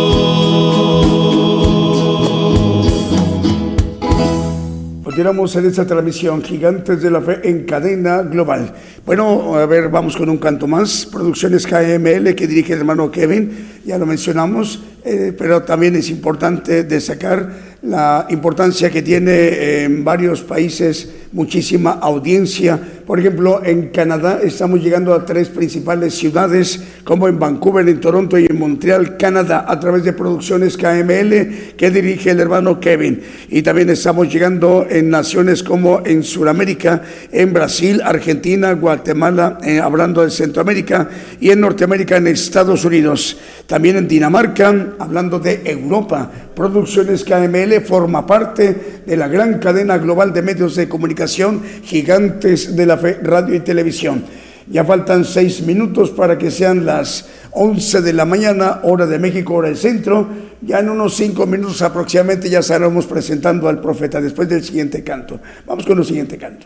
Continuamos en esta transmisión Gigantes de la Fe en cadena global. Bueno, a ver, vamos con un canto más. Producciones K M L que dirige el hermano Kevin, ya lo mencionamos, eh, pero también es importante destacar la importancia que tiene en varios países, muchísima audiencia. Por ejemplo, en Canadá estamos llegando a tres principales ciudades, como en Vancouver, en Toronto y en Montreal, Canadá, a través de Producciones K M L que dirige el hermano Kevin. Y también estamos llegando en naciones como en Sudamérica, en Brasil, Argentina, Guatemala, eh, hablando de Centroamérica, y en Norteamérica, en Estados Unidos. También en Dinamarca, hablando de Europa. Producciones K M L forma parte de la gran cadena global de medios de comunicación Gigantes de la Fe, radio y televisión. Ya faltan seis minutos para que sean las once de la mañana, hora de México, hora del centro. Ya en unos cinco minutos aproximadamente ya estaremos presentando al profeta después del siguiente canto. Vamos con el siguiente canto.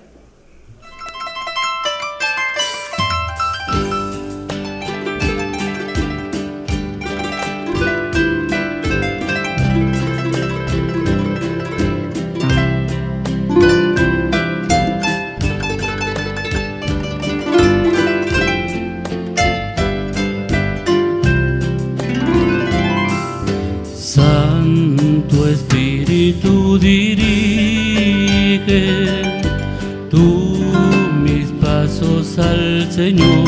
Tú dirige tú mis pasos al Señor,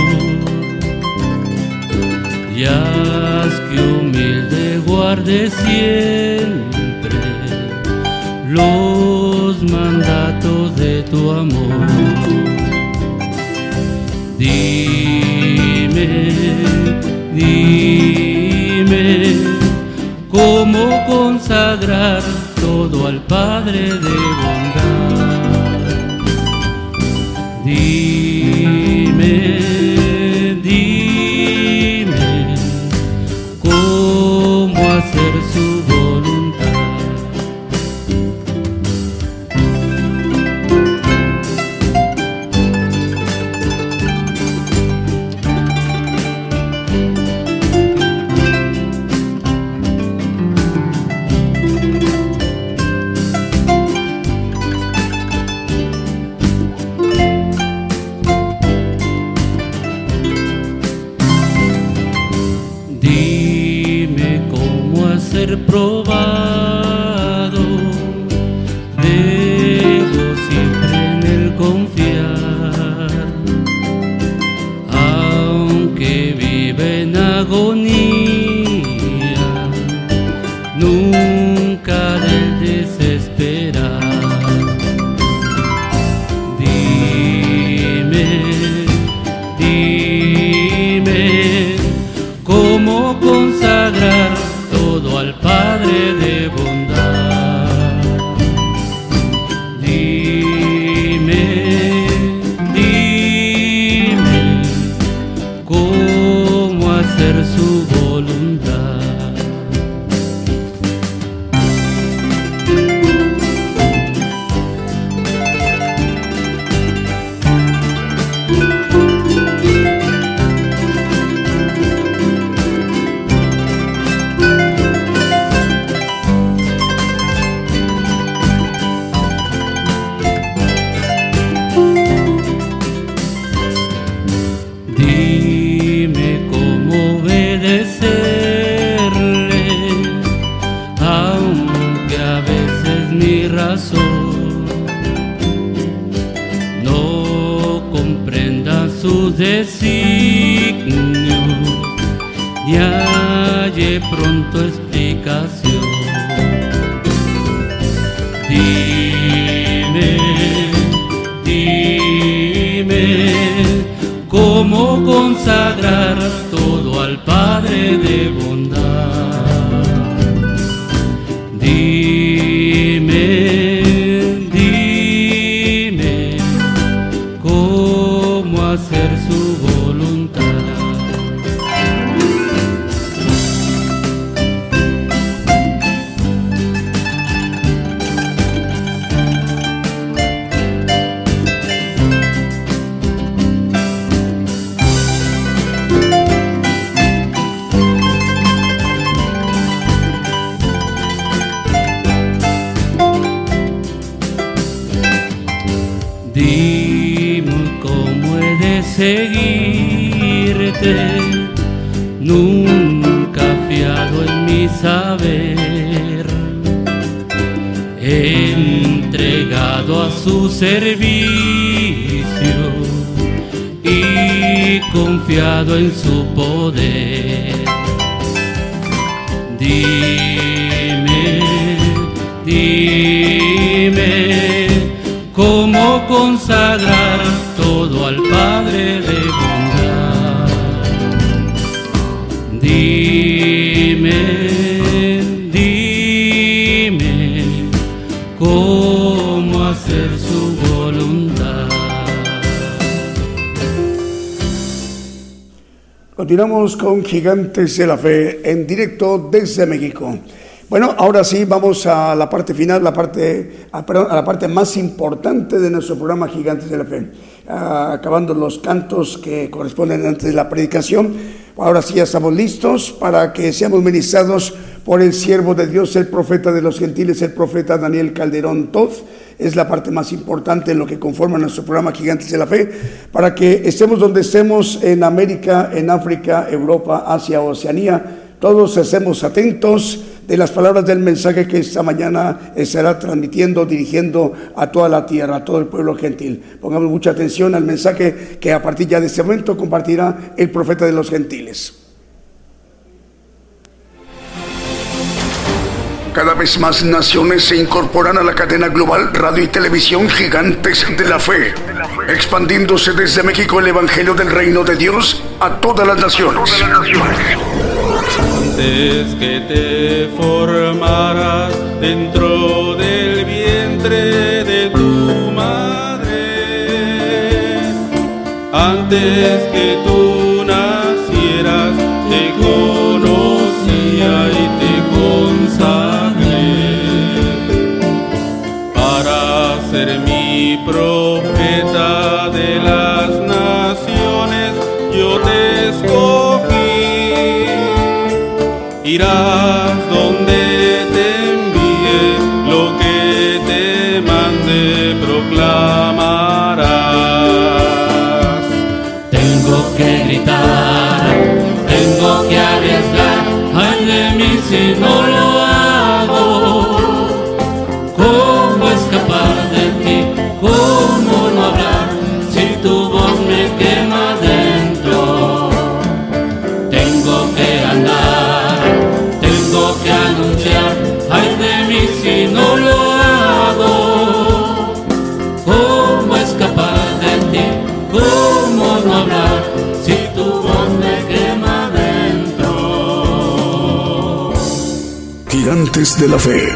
y haz que humilde guarde siempre los mandatos de tu amor. Dime, dime cómo consagrar todo al Padre de bondad. Dime, dime cómo hacer su voluntad. halle pronto explicación. Dime, dime, cómo consagrar todo al Padre de bondad. Dime, dime, cómo hacer su voluntad. Dime cómo he de seguirte, nunca fiado en mi saber, entregado a su servicio y confiado en su poder. Dime, dime, cómo consagrar todo al Padre de bondad. Dime, dime, cómo hacer su voluntad. Continuamos con Gigantes de la Fe en directo desde México. Bueno, ahora sí vamos a la parte final, la parte, a, perdón, a la parte más importante de nuestro programa Gigantes de la Fe. Uh, acabando los cantos que corresponden antes de la predicación, ahora sí ya estamos listos para que seamos ministrados por el siervo de Dios, el profeta de los gentiles, el profeta Daniel Calderón Toth. Es la parte más importante en lo que conforma nuestro programa Gigantes de la Fe, para que estemos donde estemos, en América, en África, Europa, Asia, Oceanía. Todos estemos atentos de las palabras del mensaje que esta mañana estará transmitiendo, dirigiendo a toda la tierra, a todo el pueblo gentil. Pongamos mucha atención al mensaje que a partir ya de este momento compartirá el profeta de los gentiles. Cada vez más naciones se incorporan a la cadena global radio y televisión Gigantes de la Fe, expandiéndose desde México el Evangelio del Reino de Dios a todas las naciones. Antes que te formaras dentro del vientre de tu madre, antes que tú nacieras, te conocía y te consagré para ser mi profeta de las naciones. Yo te escogí. Irás donde te envíe, lo que te mande proclamarás. Tengo que gritar, tengo que arriesgar, ay de mí si no lo hago. ¿Cómo escapar de ti? ¿Cómo no hablar si tu voz me quema dentro? Tengo que andar, que anunciar, ay de mí si no lo hago. ¿Cómo escapar de ti? ¿Cómo no hablar si tu voz me quema dentro? Gigantes de la Fe.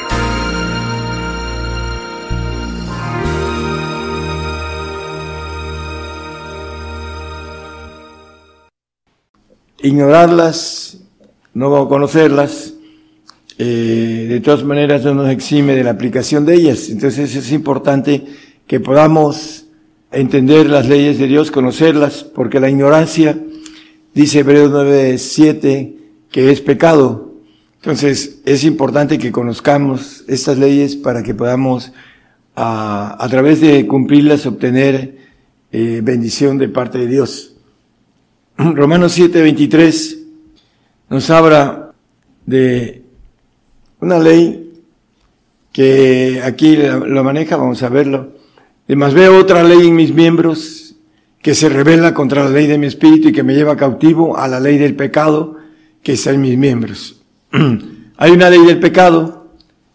Ignorarlas, no conocerlas, eh, de todas maneras no nos exime de la aplicación de ellas. Entonces es importante que podamos entender las leyes de Dios, conocerlas, porque la ignorancia, dice Hebreos nueve siete, que es pecado. Entonces es importante que conozcamos estas leyes para que podamos a, a través de cumplirlas obtener eh, bendición de parte de Dios. Romanos siete veintitrés nos habla de una ley que aquí lo maneja, vamos a verlo. Además veo otra ley en mis miembros que se rebela contra la ley de mi espíritu y que me lleva cautivo a la ley del pecado que está en mis miembros. Hay una ley del pecado,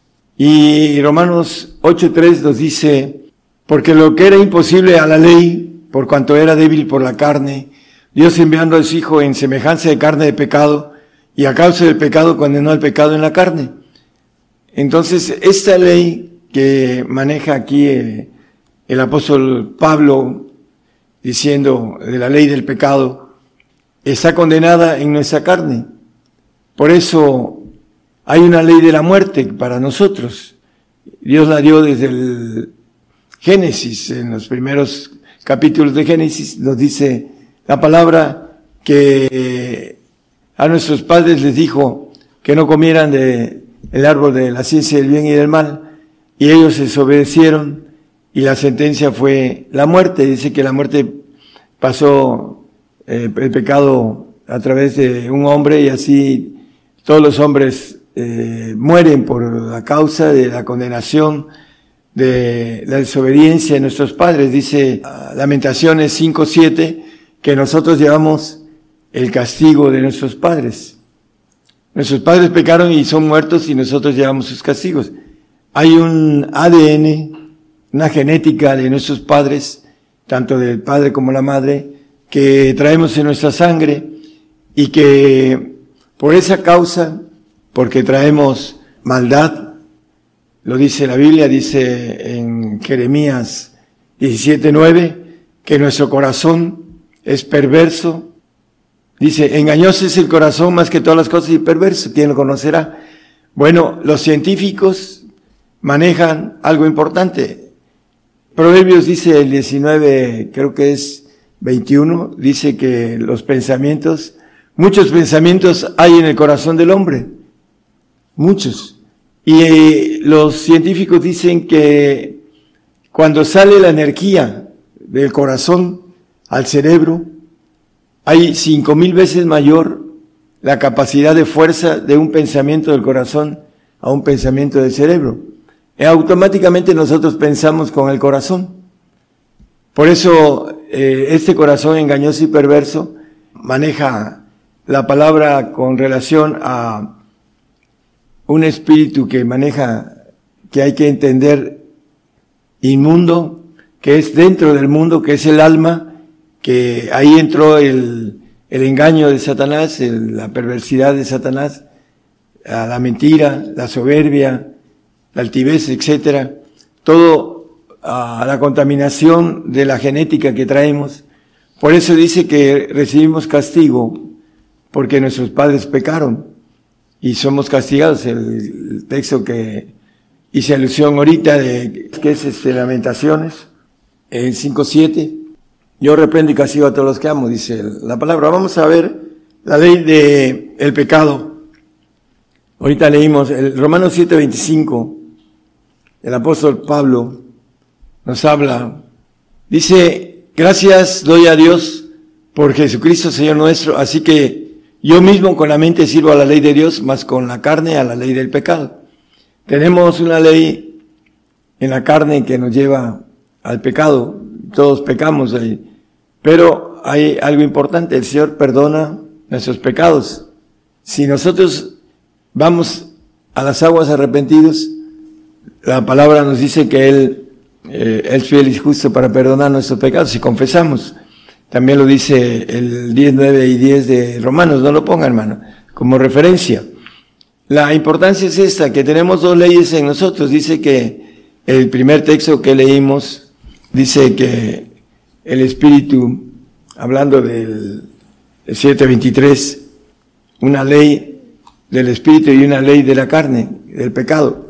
y Romanos ocho tres nos dice, porque lo que era imposible a la ley, por cuanto era débil por la carne, Dios enviando a su Hijo en semejanza de carne de pecado, y a causa del pecado condenó al pecado en la carne. Entonces, esta ley que maneja aquí el, el apóstol Pablo, diciendo de la ley del pecado, está condenada en nuestra carne. Por eso hay una ley de la muerte para nosotros. Dios la dio desde el Génesis, en los primeros capítulos de Génesis, nos dice la palabra que a nuestros padres les dijo que no comieran de el árbol de la ciencia del bien y del mal, y ellos desobedecieron, y la sentencia fue la muerte. Dice que la muerte pasó eh, el pecado a través de un hombre, y así todos los hombres eh, mueren por la causa de la condenación de la desobediencia de nuestros padres. Dice Lamentaciones cinco siete que nosotros llevamos el castigo de nuestros padres. Nuestros padres pecaron y son muertos, y nosotros llevamos sus castigos. Hay un A D N, una genética de nuestros padres, tanto del padre como la madre, que traemos en nuestra sangre, y que por esa causa, porque traemos maldad, lo dice la Biblia, dice en Jeremías diecisiete nueve, que nuestro corazón es perverso. Dice, engañoso es el corazón más que todas las cosas y perverso, ¿quién lo conocerá? Bueno, los científicos manejan algo importante. Proverbios dice el diecinueve, creo que es veintiuno, dice que los pensamientos, muchos pensamientos hay en el corazón del hombre, muchos. Y eh, los científicos dicen que cuando sale la energía del corazón al cerebro, hay cinco mil veces mayor la capacidad de fuerza de un pensamiento del corazón a un pensamiento del cerebro. Y automáticamente nosotros pensamos con el corazón. Por eso eh, este corazón engañoso y perverso maneja la palabra con relación a un espíritu que maneja, que hay que entender, inmundo, que es dentro del mundo, que es el alma, que ahí entró el, el engaño de Satanás, el, la perversidad de Satanás, la mentira, la soberbia, la altivez, etcétera, todo a la contaminación de la genética que traemos. Por eso dice que recibimos castigo, porque nuestros padres pecaron y somos castigados. El, el texto que hice alusión ahorita, de que es este, Lamentaciones, en cinco siete, yo reprendo y castigo a todos los que amo, dice la palabra. Vamos a ver la ley de el pecado. Ahorita leímos el Romanos siete veinticinco, el apóstol Pablo nos habla, dice, gracias doy a Dios por Jesucristo Señor nuestro, así que yo mismo con la mente sirvo a la ley de Dios, mas con la carne a la ley del pecado. Tenemos una ley en la carne que nos lleva al pecado, todos pecamos ahí, pero hay algo importante, el Señor perdona nuestros pecados. Si nosotros vamos a las aguas arrepentidos, la palabra nos dice que Él eh, es fiel y justo para perdonar nuestros pecados si confesamos. También lo dice el diez, nueve y diez de Romanos, no lo ponga, hermano, como referencia. La importancia es esta, que tenemos dos leyes en nosotros. Dice que el primer texto que leímos dice que el Espíritu, hablando del siete veintitrés, una ley del Espíritu y una ley de la carne, del pecado.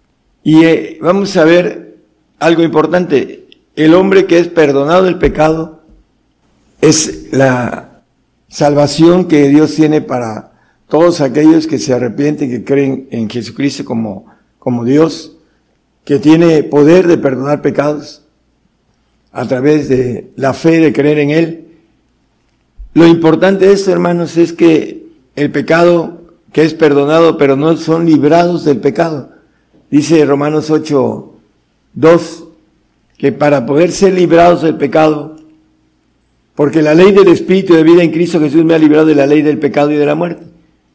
Y eh, vamos a ver algo importante. El hombre que es perdonado del pecado es la salvación que Dios tiene para todos aquellos que se arrepienten, que creen en Jesucristo como, como Dios, que tiene poder de perdonar pecados a través de la fe de creer en Él. Lo importante de esto, hermanos, es que el pecado que es perdonado, pero no son librados del pecado. Dice Romanos ocho dos, que para poder ser librados del pecado, porque la ley del Espíritu de vida en Cristo Jesús me ha librado de la ley del pecado y de la muerte.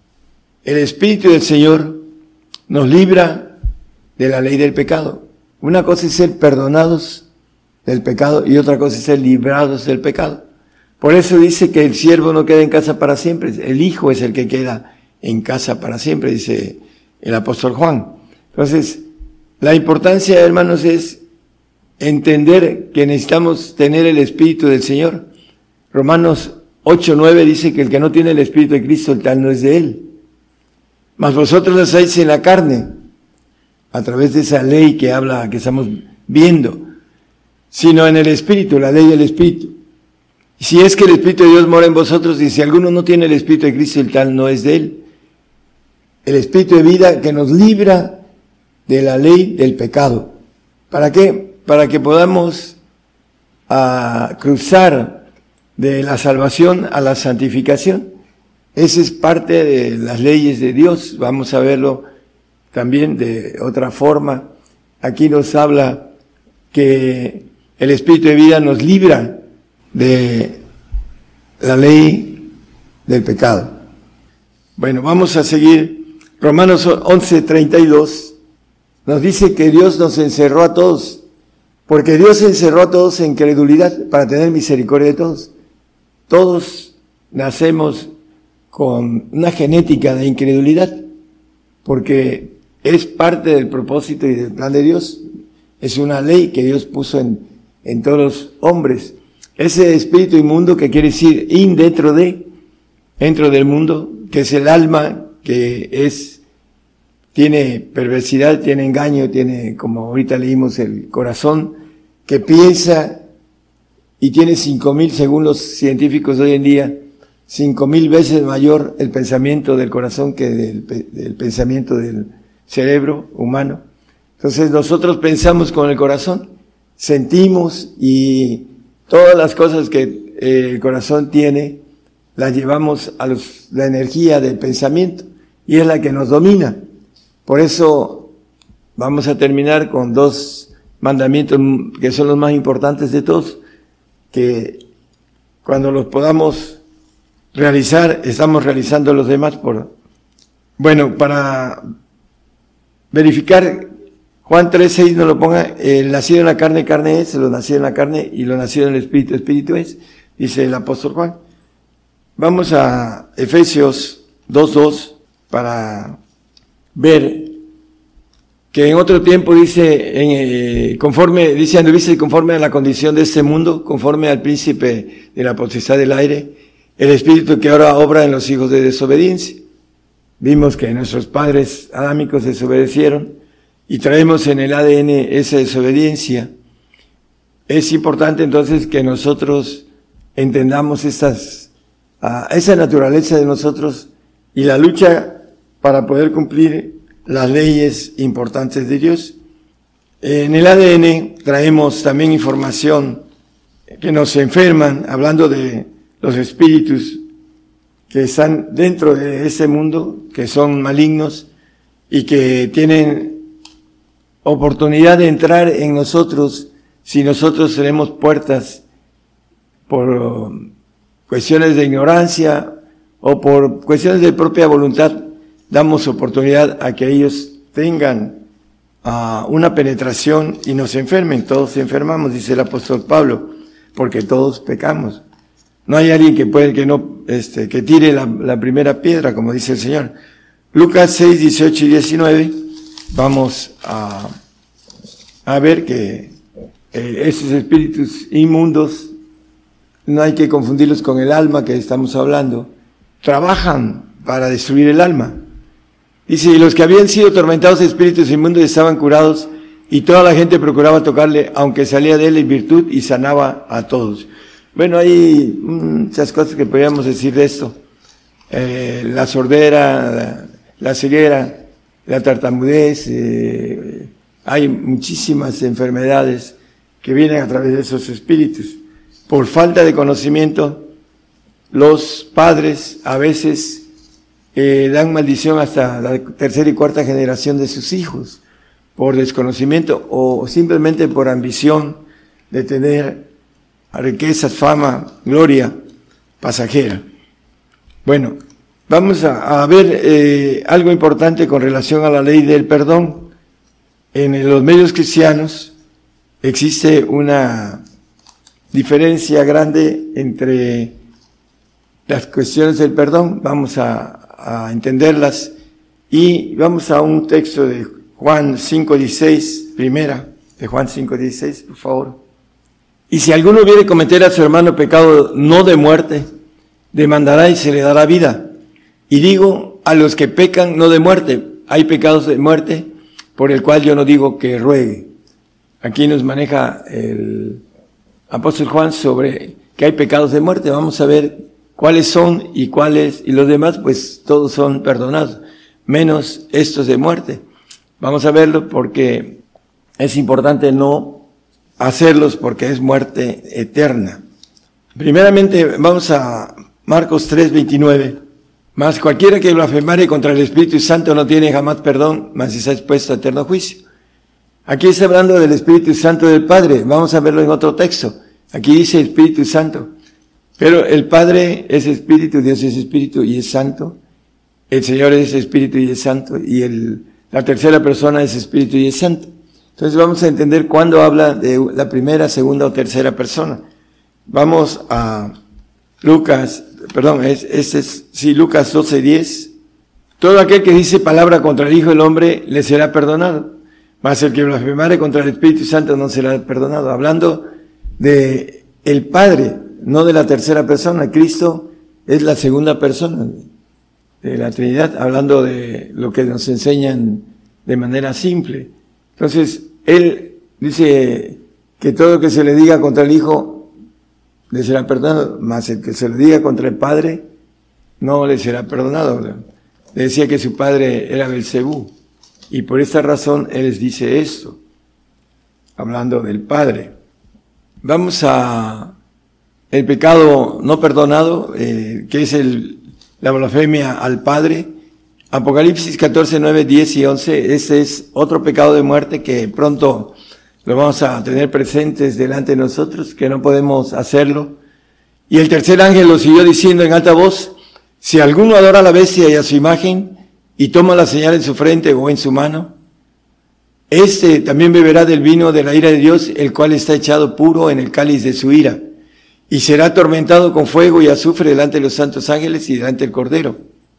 el Espíritu del Señor nos libra de la ley del pecado. Una cosa es ser perdonados del pecado y otra cosa es ser librados del pecado. Por eso dice que el siervo no queda en casa para siempre, el hijo es el que queda en casa para siempre, dice el apóstol Juan. Entonces, la importancia, hermanos, es entender que necesitamos tener el Espíritu del Señor. Romanos ocho nueve dice que el que no tiene el Espíritu de Cristo, el tal no es de él. Mas vosotros lo hacéis en la carne, a través de esa ley que habla, que estamos viendo, sino en el Espíritu, la ley del Espíritu. Si es que el Espíritu de Dios mora en vosotros, y si alguno no tiene el Espíritu de Cristo, el tal no es de él. El Espíritu de vida que nos libra de la ley del pecado. ¿Para qué? Para que podamos uh, cruzar de la salvación a la santificación. Esa es parte de las leyes de Dios. Vamos a verlo también de otra forma. Aquí nos habla que el Espíritu de vida nos libra de la ley del pecado. Bueno, vamos a seguir. Romanos once treinta y dos nos dice que Dios nos encerró a todos, porque Dios encerró a todos en credulidad para tener misericordia de todos. Todos nacemos con una genética de incredulidad, porque es parte del propósito y del plan de Dios. Es una ley que Dios puso en, en todos los hombres. Ese espíritu inmundo, que quiere decir in dentro de, dentro del mundo, que es el alma, que es, tiene perversidad, tiene engaño, tiene, como ahorita leímos, el corazón, que piensa y tiene cinco mil, según los científicos de hoy en día, cinco mil veces mayor el pensamiento del corazón que del, del pensamiento del cerebro humano. Entonces nosotros pensamos con el corazón, sentimos, y todas las cosas que eh, el corazón tiene, las llevamos a los, la energía del pensamiento, y es la que nos domina. Por eso vamos a terminar con dos mandamientos que son los más importantes de todos, que cuando los podamos realizar, estamos realizando los demás. Por Bueno, para verificar, Juan tres seis no lo ponga, el nacido en la carne, carne es, lo nacido en la carne, y lo nacido en el Espíritu, Espíritu es, dice el apóstol Juan. Vamos a Efesios dos dos para ver que en otro tiempo dice, en, eh, conforme, dice, anduviste conforme a la condición de este mundo, conforme al príncipe de la potestad del aire, el espíritu que ahora obra en los hijos de desobediencia. Vimos que nuestros padres adámicos desobedecieron y traemos en el A D N esa desobediencia. Es importante entonces que nosotros entendamos estas, uh, esa naturaleza de nosotros y la lucha para poder cumplir las leyes importantes de Dios. En el A D N traemos también información que nos enferman, hablando de los espíritus que están dentro de ese mundo, que son malignos y que tienen oportunidad de entrar en nosotros si nosotros tenemos puertas por cuestiones de ignorancia o por cuestiones de propia voluntad. Damos oportunidad a que ellos tengan uh, una penetración y nos enfermen. Todos enfermamos, dice el apóstol Pablo, porque todos pecamos. No hay alguien que puede, que no, este, que tire la, la primera piedra, como dice el Señor. Lucas seis, dieciocho y diecinueve, vamos a, a ver que eh, esos espíritus inmundos, no hay que confundirlos con el alma que estamos hablando, trabajan para destruir el alma. Dice, y los que habían sido atormentados de espíritus inmundos estaban curados, y toda la gente procuraba tocarle, aunque salía de él en virtud, y sanaba a todos. Bueno, hay muchas cosas que podríamos decir de esto. Eh, la sordera, la, la ceguera, la tartamudez, eh, hay muchísimas enfermedades que vienen a través de esos espíritus. Por falta de conocimiento, los padres a veces eh, dan maldición hasta la tercera y cuarta generación de sus hijos, por desconocimiento o simplemente por ambición de tener riquezas, fama, gloria pasajera. Bueno, Vamos a, a ver eh, algo importante con relación a la ley del perdón. En los medios cristianos existe una diferencia grande entre las cuestiones del perdón. Vamos a, a entenderlas y vamos a un texto de Juan cinco dieciséis, primera de Juan cinco dieciséis, por favor. Y si alguno viere cometer a su hermano pecado no de muerte, demandará y se le dará vida. Y digo a los que pecan no de muerte, hay pecados de muerte por el cual yo no digo que ruegue. Aquí nos maneja el apóstol Juan sobre que hay pecados de muerte. Vamos a ver cuáles son y cuáles, y los demás pues todos son perdonados, menos estos de muerte. Vamos a verlo porque es importante no hacerlos porque es muerte eterna. Primeramente vamos a Marcos tres veintinueve. Mas cualquiera que blasfemare contra el Espíritu Santo no tiene jamás perdón, mas está expuesto a eterno juicio. Aquí está hablando del Espíritu Santo del Padre. Vamos a verlo en otro texto. Aquí dice Espíritu Santo. Pero el Padre es Espíritu, Dios es Espíritu y es Santo. El Señor es Espíritu y es Santo. Y el, la tercera persona es Espíritu y es Santo. Entonces vamos a entender cuándo habla de la primera, segunda o tercera persona. Vamos a Lucas, perdón, es, este es, sí, Lucas doce diez. Todo aquel que dice palabra contra el Hijo del Hombre le será perdonado, mas el que blasfemare contra el Espíritu Santo no será perdonado. Hablando de el Padre, no de la tercera persona. Cristo es la segunda persona de la Trinidad, hablando de lo que nos enseñan de manera simple. Entonces, Él dice que todo lo que se le diga contra el Hijo le será perdonado, mas el que se le diga contra el Padre no le será perdonado. Le decía que su padre era Belcebú, y por esta razón él les dice esto, hablando del Padre. Vamos a el pecado no perdonado, eh, que es el, la blasfemia al Padre. Apocalipsis catorce, nueve, diez y once, este es otro pecado de muerte que pronto lo vamos a tener presentes delante de nosotros, que no podemos hacerlo. Y el tercer ángel lo siguió diciendo en alta voz: si alguno adora a la bestia y a su imagen, y toma la señal en su frente o en su mano, este también beberá del vino de la ira de Dios, el cual está echado puro en el cáliz de su ira, y será atormentado con fuego y azufre delante de los santos ángeles y delante del Cordero.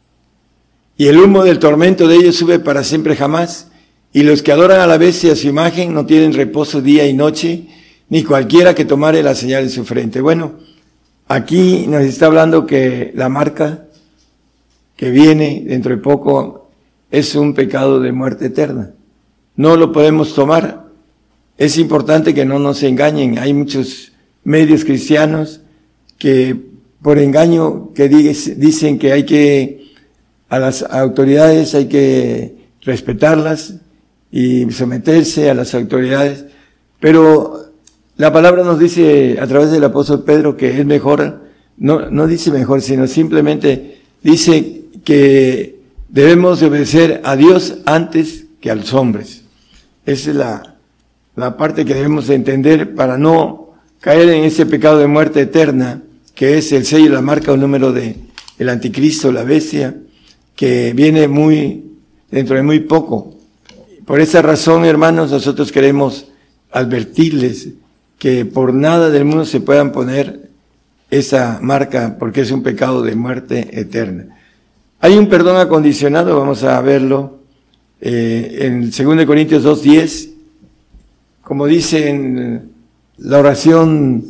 Y el humo del tormento de ellos sube para siempre jamás. Y los que adoran a la bestia y a su imagen no tienen reposo día y noche, ni cualquiera que tomare la señal en su frente. Bueno, aquí nos está hablando que la marca que viene dentro de poco es un pecado de muerte eterna. No lo podemos tomar. Es importante que no nos engañen. Hay muchos medios cristianos que por engaño que dicen que hay que, a las autoridades hay que respetarlas y someterse a las autoridades, pero la palabra nos dice a través del apóstol Pedro que es mejor, no, no dice mejor, sino simplemente dice que debemos de obedecer a Dios antes que a los hombres. Esa es la, la parte que debemos de entender para no caer en ese pecado de muerte eterna, que es el sello y la marca o número de el anticristo, la bestia, que viene muy, dentro de muy poco. Por esa razón, hermanos, nosotros queremos advertirles que por nada del mundo se puedan poner esa marca, porque es un pecado de muerte eterna. Hay un perdón acondicionado, vamos a verlo, eh, en dos Corintios dos diez, como dice en la oración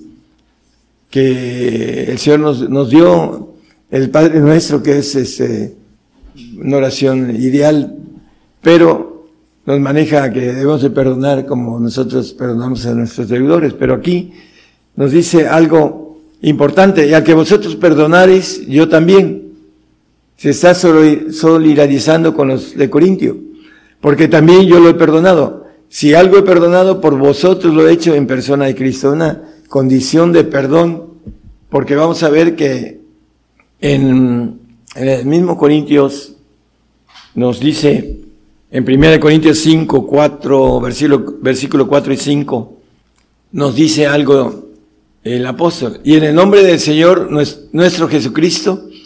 que el Señor nos, nos dio, el Padre Nuestro, que es este, una oración ideal, pero nos maneja que debemos de perdonar como nosotros perdonamos a nuestros deudores. Pero aquí nos dice algo importante: y al que vosotros perdonareis, yo también. Se está solidarizando con los de Corintio, porque también yo lo he perdonado. Si algo he perdonado, por vosotros lo he hecho en persona de Cristo. Una condición de perdón, porque vamos a ver que en, en el mismo Corintios nos dice, en primera Corintios cinco, cuatro, versículo, versículo cuatro y cinco, nos dice algo el apóstol: y en el nombre del Señor nuestro Jesucristo,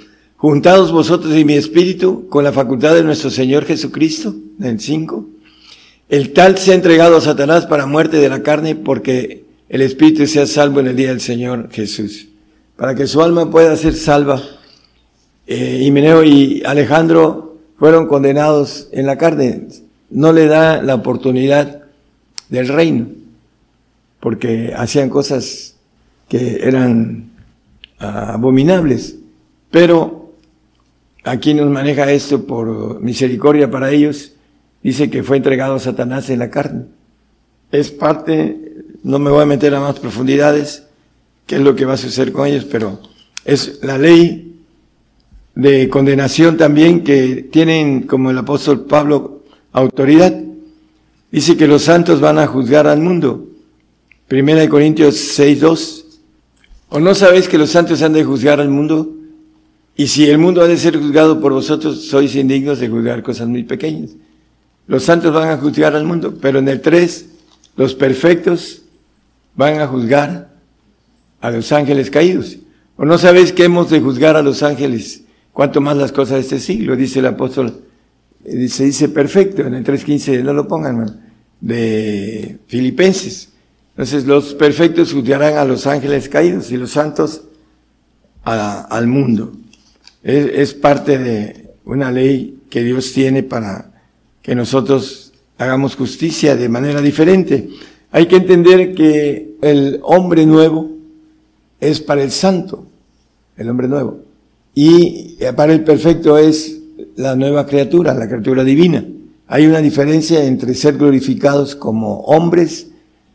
juntados vosotros y mi espíritu con la facultad de nuestro Señor Jesucristo, en cinco, el tal se ha entregado a Satanás para muerte de la carne, porque el espíritu sea salvo en el día del Señor Jesús. Para que su alma pueda ser salva, eh, Himeneo y Alejandro fueron condenados en la carne. No le da la oportunidad del reino, porque hacían cosas que eran ah, abominables. Pero aquí nos maneja esto por misericordia para ellos. Dice que fue entregado a Satanás en la carne. Es parte, no me voy a meter a más profundidades, qué es lo que va a suceder con ellos, pero es la ley de condenación también que tienen, como el apóstol Pablo, autoridad. Dice que los santos van a juzgar al mundo. Primera de Corintios seis dos. ¿O no sabéis que los santos han de juzgar al mundo? Y si el mundo ha de ser juzgado por vosotros, sois indignos de juzgar cosas muy pequeñas. Los santos van a juzgar al mundo, pero en el tres, los perfectos van a juzgar a los ángeles caídos. ¿O no sabéis que hemos de juzgar a los ángeles? Cuanto más las cosas de este siglo, dice el apóstol, se dice perfecto, en el tres quince, no lo pongan, hermano, de Filipenses. Entonces los perfectos juzgarán a los ángeles caídos y los santos a, al mundo. Es, es parte de una ley que Dios tiene para que nosotros hagamos justicia de manera diferente. Hay que entender que el hombre nuevo es para el santo, el hombre nuevo. Y para el perfecto es la nueva criatura, la criatura divina. Hay una diferencia entre ser glorificados como hombres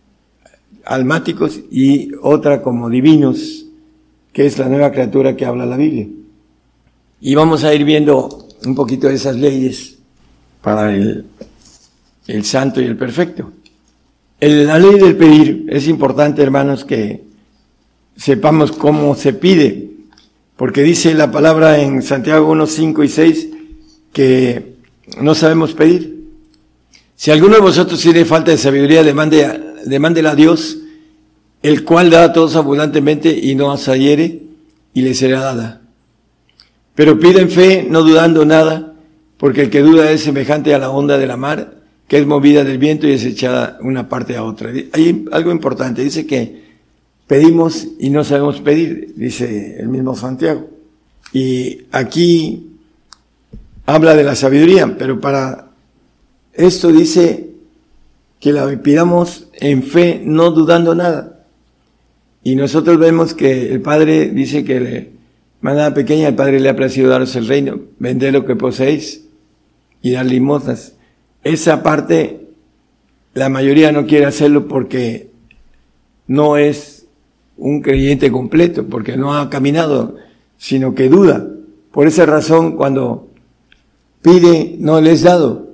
almáticos y otra como divinos, que es la nueva criatura que habla la Biblia. Y vamos a ir viendo un poquito de esas leyes para el, el santo y el perfecto. El, la ley del pedir, es importante, hermanos, que sepamos cómo se pide, porque dice la palabra en Santiago uno, cinco y seis, que no sabemos pedir. Si alguno de vosotros tiene falta de sabiduría, demande, demándela a Dios, el cual da a todos abundantemente y no asayere, y le será dada. Pero pide en fe, no dudando nada, porque el que duda es semejante a la onda de la mar, que es movida del viento y es echada una parte a otra. Hay algo importante, dice que pedimos y no sabemos pedir, dice el mismo Santiago. Y aquí habla de la sabiduría, pero para esto dice que la pidamos en fe, no dudando nada. Y nosotros vemos que el Padre dice que le manada pequeña, el Padre le ha placido daros el reino, vended lo que poseéis y dar limosnas. Esa parte, la mayoría no quiere hacerlo porque no es un creyente completo, porque no ha caminado, sino que duda. Por esa razón, cuando pide, no le es dado.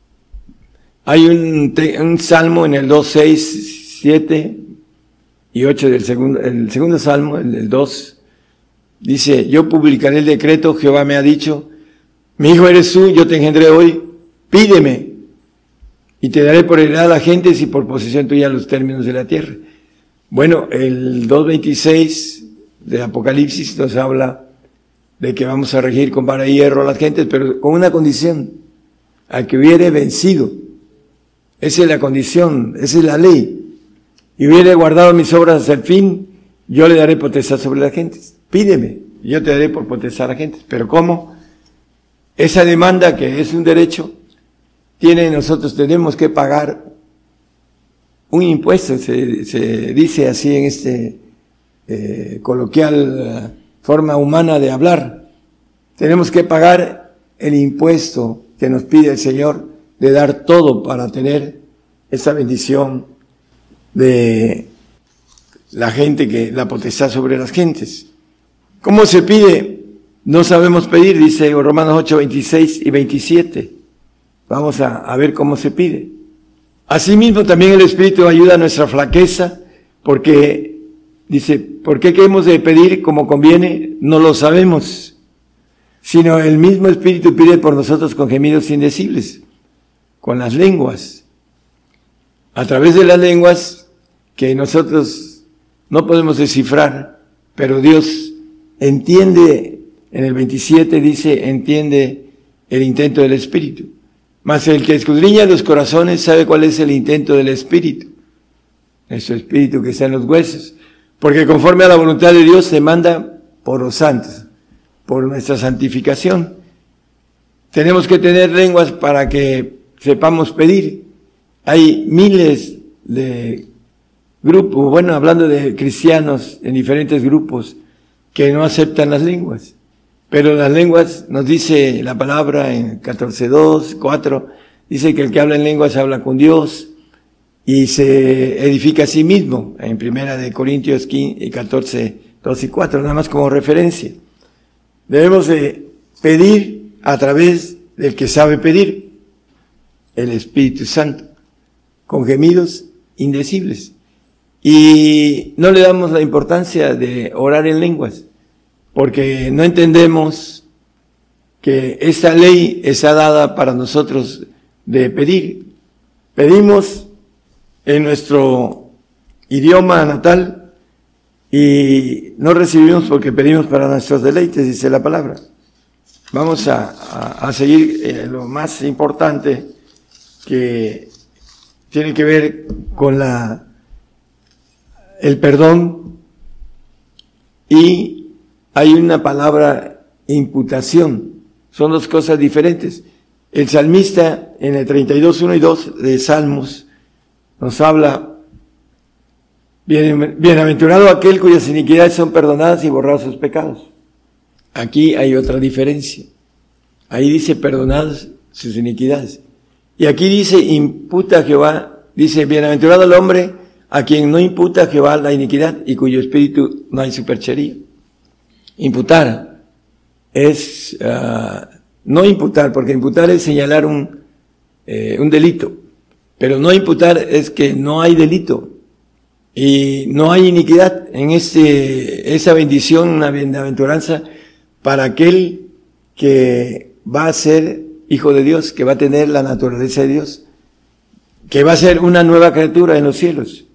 Hay un, un salmo en el dos, seis, siete y ocho del segundo, el segundo salmo, el del dos, dice, yo publicaré el decreto, Jehová me ha dicho, mi hijo eres tú, yo te engendré hoy, pídeme, y te daré por heredad a la gente y por posesión tuya los términos de la tierra. Bueno, el dos veintiséis de Apocalipsis nos habla de que vamos a regir con vara y hierro a las gentes, pero con una condición, al que hubiere vencido. Esa es la condición, esa es la ley. Y hubiere guardado mis obras hasta el fin, yo le daré potestad sobre las gentes. Pídeme, yo te daré por potestad a la gente. Pero ¿cómo? Esa demanda, que es un derecho, tiene, nosotros tenemos que pagar un impuesto, se, se dice así en este eh, coloquial uh, forma humana de hablar. Tenemos que pagar el impuesto que nos pide el Señor de dar todo para tener esa bendición de la gente, que la potestad sobre las gentes. ¿Cómo se pide? No sabemos pedir, dice Romanos ocho, veintiséis y veintisiete. Vamos a, a ver cómo se pide. Asimismo, también el Espíritu ayuda a nuestra flaqueza, porque, dice, ¿por qué hemos de pedir como conviene? No lo sabemos, sino el mismo Espíritu pide por nosotros con gemidos indecibles, con las lenguas. A través de las lenguas que nosotros no podemos descifrar, pero Dios entiende en el veintisiete dice, entiende el intento del Espíritu. Mas el que escudriña los corazones sabe cuál es el intento del Espíritu. Nuestro Espíritu que está en los huesos. Porque conforme a la voluntad de Dios se manda por los santos, por nuestra santificación. Tenemos que tener lenguas para que sepamos pedir. Hay miles de grupos, bueno, hablando de cristianos en diferentes grupos, que no aceptan las lenguas. Pero las lenguas, nos dice la palabra en catorce dos, cuatro, dice que el que habla en lenguas habla con Dios y se edifica a sí mismo, en primera de Corintios catorce, dos y cuatro, nada más como referencia. Debemos de pedir a través del que sabe pedir, el Espíritu Santo, con gemidos indecibles. Y no le damos la importancia de orar en lenguas, porque no entendemos que esta ley está dada para nosotros de pedir. Pedimos en nuestro idioma natal y no recibimos porque pedimos para nuestros deleites, dice la palabra. Vamos a, a, a seguir eh, lo más importante que tiene que ver con la el perdón, y hay una palabra imputación. Son dos cosas diferentes. El salmista en el treinta y dos, uno y dos de Salmos nos habla, bien, bienaventurado aquel cuyas iniquidades son perdonadas y borrados sus pecados. Aquí hay otra diferencia. Ahí dice perdonadas sus iniquidades. Y aquí dice imputa a Jehová, dice bienaventurado el hombre a quien no imputa a Jehová la iniquidad y cuyo espíritu no hay superchería. Imputar es, uh, no imputar, porque imputar es señalar un, eh, un delito, pero no imputar es que no hay delito y no hay iniquidad en este, esa bendición, una bienaventuranza para aquel que va a ser hijo de Dios, que va a tener la naturaleza de Dios, que va a ser una nueva criatura en los cielos.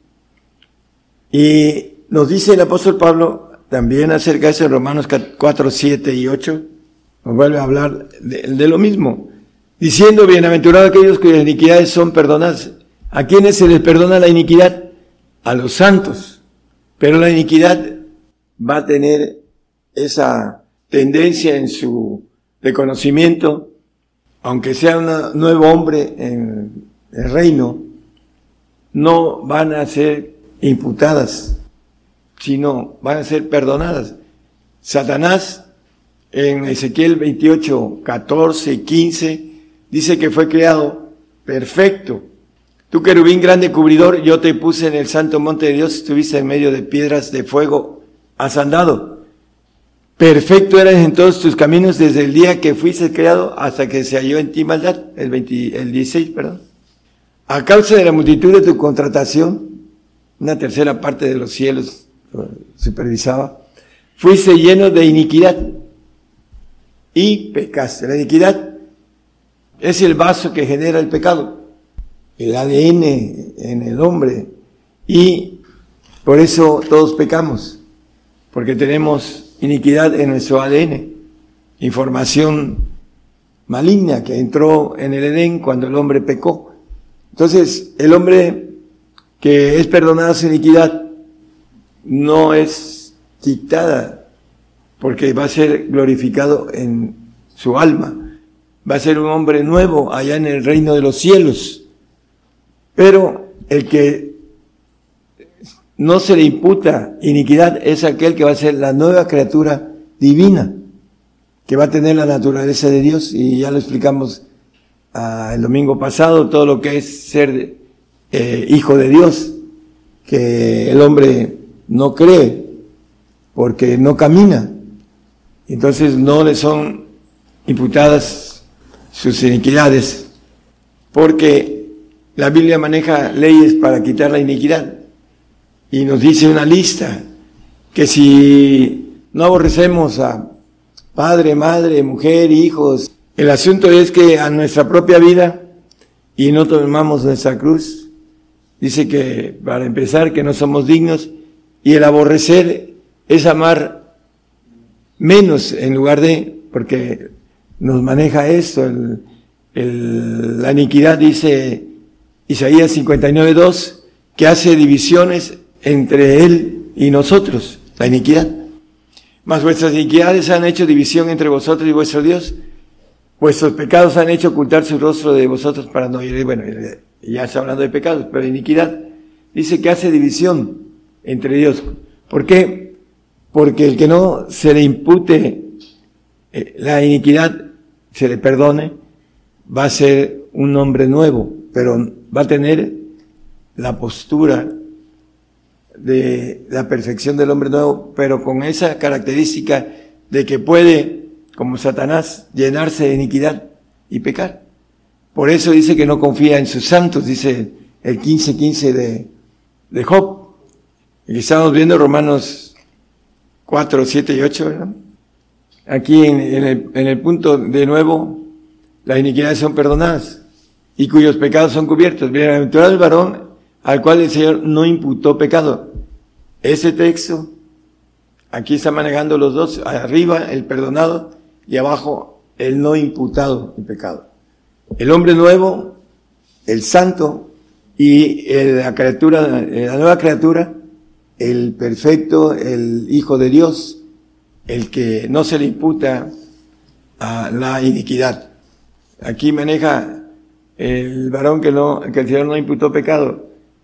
Y nos dice el apóstol Pablo también acerca de eso en Romanos cuatro, siete y ocho, nos vuelve a hablar de, de lo mismo, diciendo, bienaventurados aquellos cuyas iniquidades son perdonadas. ¿A quiénes se les perdona la iniquidad? A los santos. Pero la iniquidad va a tener esa tendencia en su reconocimiento, aunque sea un nuevo hombre en el reino, no van a ser imputadas, sino van a ser perdonadas. Satanás, en Ezequiel veintiocho, catorce y quince, dice que fue creado perfecto. Tú, querubín grande cubridor, yo te puse en el santo monte de Dios, estuviste en medio de piedras de fuego asandado. Perfecto eras en todos tus caminos desde el día que fuiste creado hasta que se halló en ti maldad, el, veinte, el dieciséis, perdón. A causa de la multitud de tu contratación, una tercera parte de los cielos supervisaba, fuiste lleno de iniquidad y pecaste. La iniquidad es el vaso que genera el pecado, el A D N en el hombre, y por eso todos pecamos, porque tenemos iniquidad en nuestro A D N, información maligna que entró en el Edén cuando el hombre pecó. Entonces, el hombre que es perdonada su iniquidad no es quitada, porque va a ser glorificado en su alma, va a ser un hombre nuevo allá en el reino de los cielos. Pero el que no se le imputa iniquidad es aquel que va a ser la nueva criatura divina, que va a tener la naturaleza de Dios, y ya lo explicamos uh, el domingo pasado, todo lo que es ser eh, hijo de Dios, que el hombre no cree porque no camina, entonces no le son imputadas sus iniquidades, porque la Biblia maneja leyes para quitar la iniquidad y nos dice una lista que si no aborrecemos a padre, madre, mujer, hijos, el asunto es que a nuestra propia vida y no tomamos nuestra cruz, dice que para empezar que no somos dignos, y el aborrecer es amar menos en lugar de, porque nos maneja esto, el, el, la iniquidad, dice Isaías cincuenta y nueve, dos, que hace divisiones entre él y nosotros, la iniquidad. Mas vuestras iniquidades han hecho división entre vosotros y vuestro Dios. Vuestros pecados han hecho ocultar su rostro de vosotros para no ir. Bueno, ya está hablando de pecados, pero iniquidad dice que hace división entre Dios. ¿Por qué? Porque el que no se le impute eh, la iniquidad, se le perdone, va a ser un hombre nuevo, pero va a tener la postura de la perfección del hombre nuevo, pero con esa característica de que puede, como Satanás, llenarse de iniquidad y pecar. Por eso dice que no confía en sus santos, dice el quince quince de, de Job. Y estamos viendo Romanos cuatro, siete y ocho, ¿verdad? Aquí en, en, el, en el punto de nuevo, las iniquidades son perdonadas y cuyos pecados son cubiertos. Bienaventurado el varón al cual el Señor no imputó pecado. Ese texto, aquí está manejando los dos, arriba el perdonado y abajo el no imputado el pecado. El hombre nuevo, el santo y el, la criatura, la nueva criatura, el perfecto, el Hijo de Dios, el que no se le imputa a la iniquidad. Aquí maneja el varón que no, que el Señor no imputó pecado,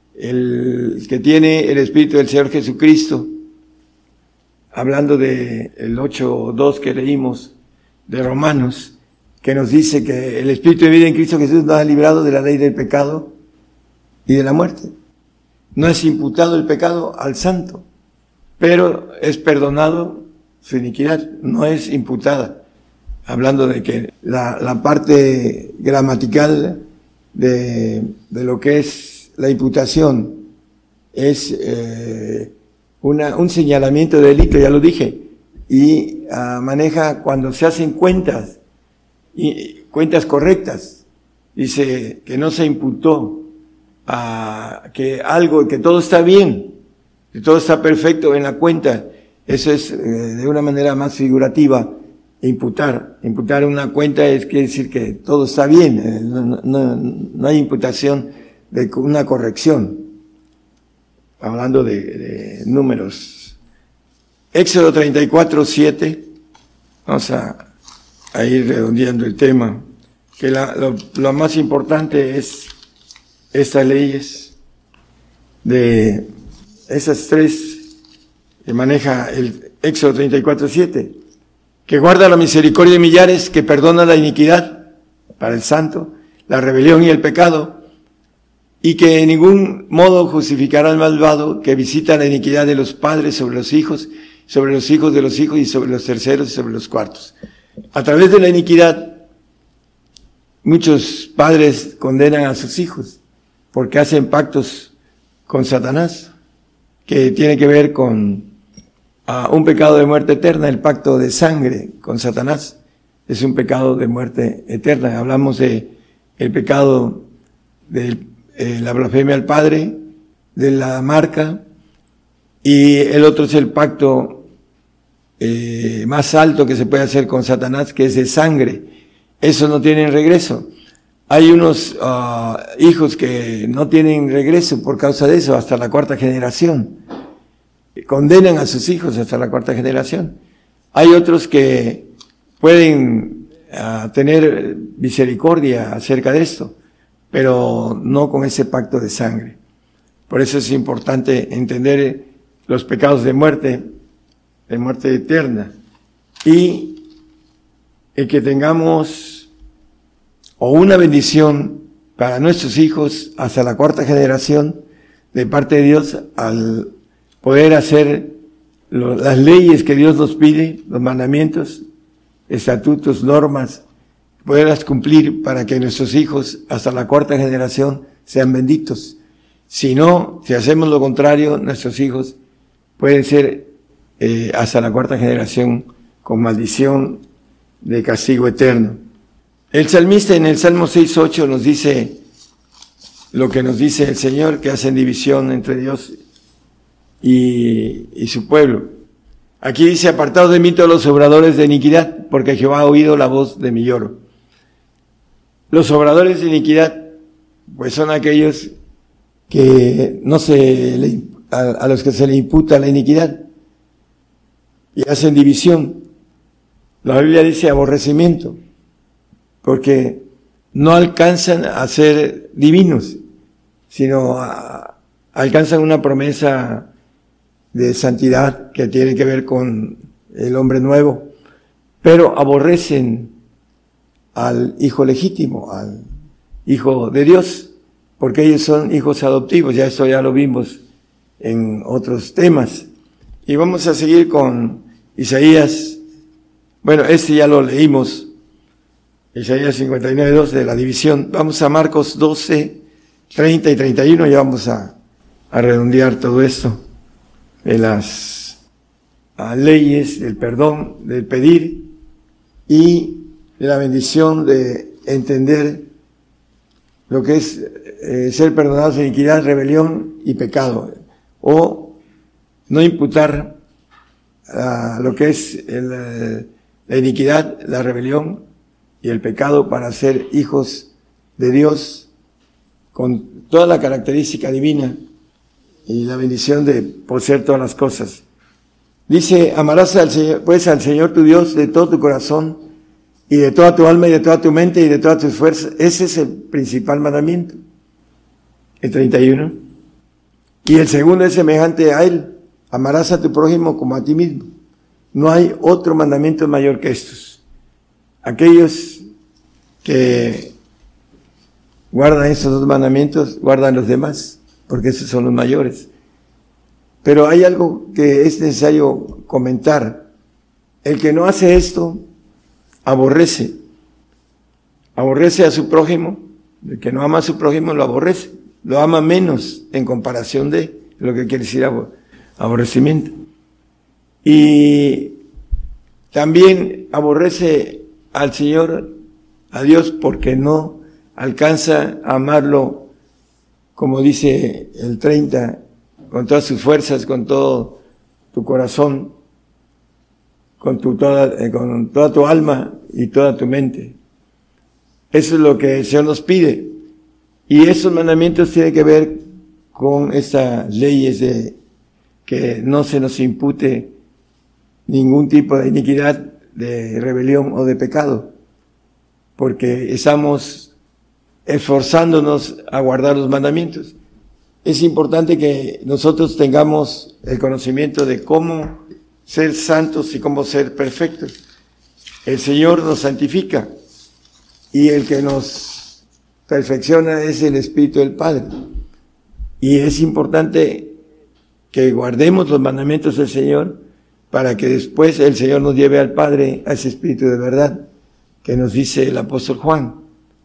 el que tiene el Espíritu del Señor Jesucristo, hablando de el ocho dos que leímos de Romanos, que nos dice que el Espíritu de vida en Cristo Jesús nos ha librado de la ley del pecado y de la muerte. No es imputado el pecado al santo, pero es perdonado su iniquidad, no es imputada. Hablando de que la, la parte gramatical de, de lo que es la imputación es eh, una, un señalamiento de delito, ya lo dije, y uh, maneja cuando se hacen cuentas, y cuentas correctas. Dice que no se imputó a que algo, que todo está bien, que todo está perfecto en la cuenta. Eso es eh, de una manera más figurativa. Imputar, imputar una cuenta es quiere decir que todo está bien, eh, no, no, no hay imputación de una corrección. Hablando de, de números. Éxodo treinta y cuatro, siete, vamos a, a ir redondeando el tema, que la, lo, lo más importante es estas leyes, de esas tres que maneja el Éxodo treinta y cuatro, siete, que guarda la misericordia de millares, que perdona la iniquidad para el santo, la rebelión y el pecado, y que en ningún modo justificará al malvado, que visita la iniquidad de los padres sobre los hijos, sobre los hijos de los hijos y sobre los terceros y sobre los cuartos. A través de la iniquidad, muchos padres condenan a sus hijos, porque hacen pactos con Satanás, que tiene que ver con a un pecado de muerte eterna, el pacto de sangre con Satanás es un pecado de muerte eterna. Hablamos de el pecado de eh, la blasfemia al Padre, de la marca, y el otro es el pacto eh, más alto que se puede hacer con Satanás, que es de sangre. Eso no tienen regreso. Hay unos uh, hijos que no tienen regreso por causa de eso, hasta la cuarta generación. Condenan a sus hijos hasta la cuarta generación. Hay otros que pueden uh, tener misericordia acerca de esto, pero no con ese pacto de sangre. Por eso es importante entender los pecados de muerte, de muerte eterna, y el que tengamos o una bendición para nuestros hijos hasta la cuarta generación de parte de Dios al poder hacer lo, las leyes que Dios nos pide, los mandamientos, estatutos, normas, poderlas cumplir para que nuestros hijos hasta la cuarta generación sean benditos. Si no, si hacemos lo contrario, nuestros hijos pueden ser eh, hasta la cuarta generación con maldición de castigo eterno. El salmista en el Salmo seis ocho nos dice lo que nos dice el Señor, que hacen división entre Dios y, y su pueblo. Aquí dice, apartados de mí todos los obradores de iniquidad, porque Jehová ha oído la voz de mi lloro. Los obradores de iniquidad, pues son aquellos que no se le, a, a los que se le imputa la iniquidad y hacen división. La Biblia dice aborrecimiento, porque no alcanzan a ser divinos, sino a, alcanzan una promesa de santidad que tiene que ver con el hombre nuevo, pero aborrecen al hijo legítimo, al hijo de Dios, porque ellos son hijos adoptivos. Ya esto ya lo vimos en otros temas. Y vamos a seguir con Isaías. Bueno, este ya lo leímos, Isaías cincuenta y nueve, dos de la división. Vamos a Marcos doce, treinta y treinta y uno, ya vamos a, a redondear todo esto de las a leyes, del perdón, del pedir y de la bendición de entender lo que es eh, ser perdonados de iniquidad, rebelión y pecado, o no imputar uh, lo que es el, la iniquidad, la rebelión y el pecado para ser hijos de Dios con toda la característica divina y la bendición de poseer todas las cosas. Dice, amarás al Señor, pues al Señor tu Dios de todo tu corazón y de toda tu alma y de toda tu mente y de todas tus fuerzas. Ese es el principal mandamiento. El treinta y uno. Y el segundo es semejante a él. Amarás a tu prójimo como a ti mismo. No hay otro mandamiento mayor que estos. Aquellos que guardan estos dos mandamientos, guardan los demás, porque esos son los mayores. Pero hay algo que es necesario comentar. El que no hace esto, aborrece. Aborrece a su prójimo. El que no ama a su prójimo lo aborrece. Lo ama menos en comparación de lo que quiere decir aborrecimiento. Y también aborrece al Señor, a Dios, porque no alcanza a amarlo, como dice el treinta, con todas sus fuerzas, con todo tu corazón, con, tu, toda, eh, con toda tu alma y toda tu mente. Eso es lo que el Señor nos pide. Y esos mandamientos tienen que ver con estas leyes de que no se nos impute ningún tipo de iniquidad, de rebelión o de pecado, porque estamos esforzándonos a guardar los mandamientos. Es importante que nosotros tengamos el conocimiento de cómo ser santos y cómo ser perfectos. El Señor nos santifica y el que nos perfecciona es el Espíritu del Padre. Y es importante que guardemos los mandamientos del Señor para que después el Señor nos lleve al Padre, a ese Espíritu de verdad que nos dice el apóstol Juan.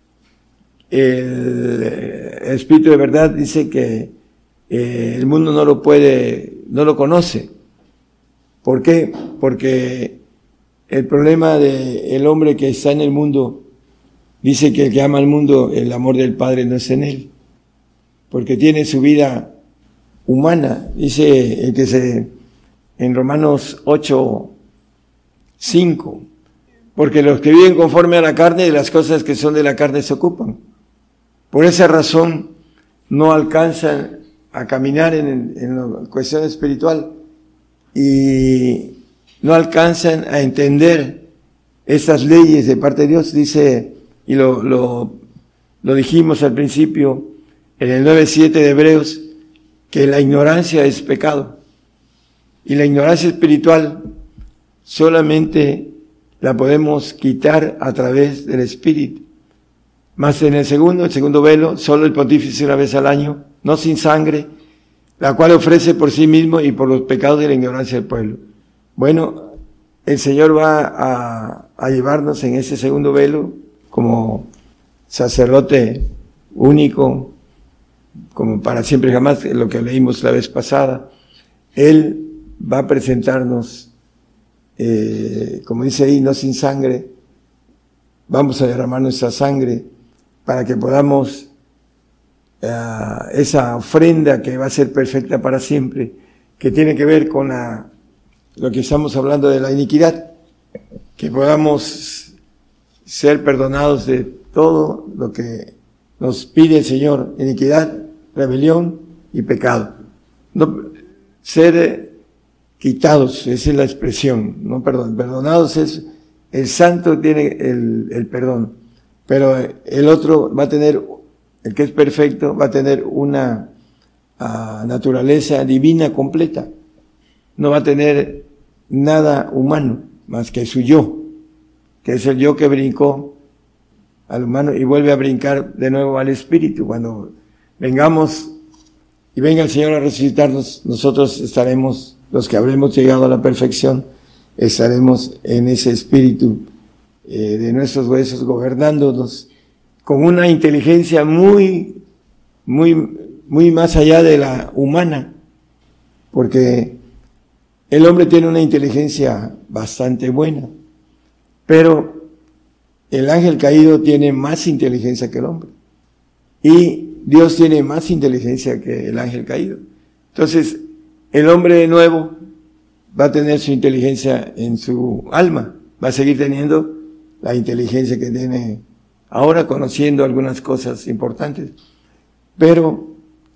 El, el Espíritu de verdad dice que eh, el mundo no lo puede, no lo conoce. ¿Por qué? Porque el problema del hombre que está en el mundo dice que el que ama al mundo, el amor del Padre no es en él, porque tiene su vida humana. Dice el que se en Romanos ocho, cinco, porque los que viven conforme a la carne, de las cosas que son de la carne se ocupan. Por esa razón no alcanzan a caminar en, en la cuestión espiritual y no alcanzan a entender esas leyes de parte de Dios. Dice, y lo, lo, lo dijimos al principio, en el nueve siete de Hebreos, que la ignorancia es pecado. Y la ignorancia espiritual solamente la podemos quitar a través del Espíritu. Más en el segundo, el segundo velo, solo el pontífice una vez al año, no sin sangre, la cual ofrece por sí mismo y por los pecados de la ignorancia del pueblo. Bueno, el Señor va a, a llevarnos en ese segundo velo como sacerdote único, como para siempre y jamás, lo que leímos la vez pasada. Él va a presentarnos, eh, como dice ahí, no sin sangre. Vamos a derramar nuestra sangre para que podamos, uh, esa ofrenda que va a ser perfecta para siempre, que tiene que ver con la, lo que estamos hablando de la iniquidad, que podamos ser perdonados de todo lo que nos pide el Señor, iniquidad, rebelión y pecado. No, ser quitados, esa es la expresión, no perdón, perdonados es, el santo tiene el, el perdón, pero el otro va a tener, el que es perfecto, va a tener una uh, naturaleza divina completa, no va a tener nada humano más que su yo, que es el yo que brincó al humano y vuelve a brincar de nuevo al espíritu. Cuando vengamos y venga el Señor a resucitarnos, nosotros estaremos, los que habremos llegado a la perfección, estaremos en ese espíritu eh, de nuestros huesos, gobernándonos con una inteligencia muy, muy, muy más allá de la humana, porque el hombre tiene una inteligencia bastante buena, pero el ángel caído tiene más inteligencia que el hombre. Y Dios tiene más inteligencia que el ángel caído. Entonces, el hombre nuevo va a tener su inteligencia en su alma, va a seguir teniendo la inteligencia que tiene ahora, conociendo algunas cosas importantes. Pero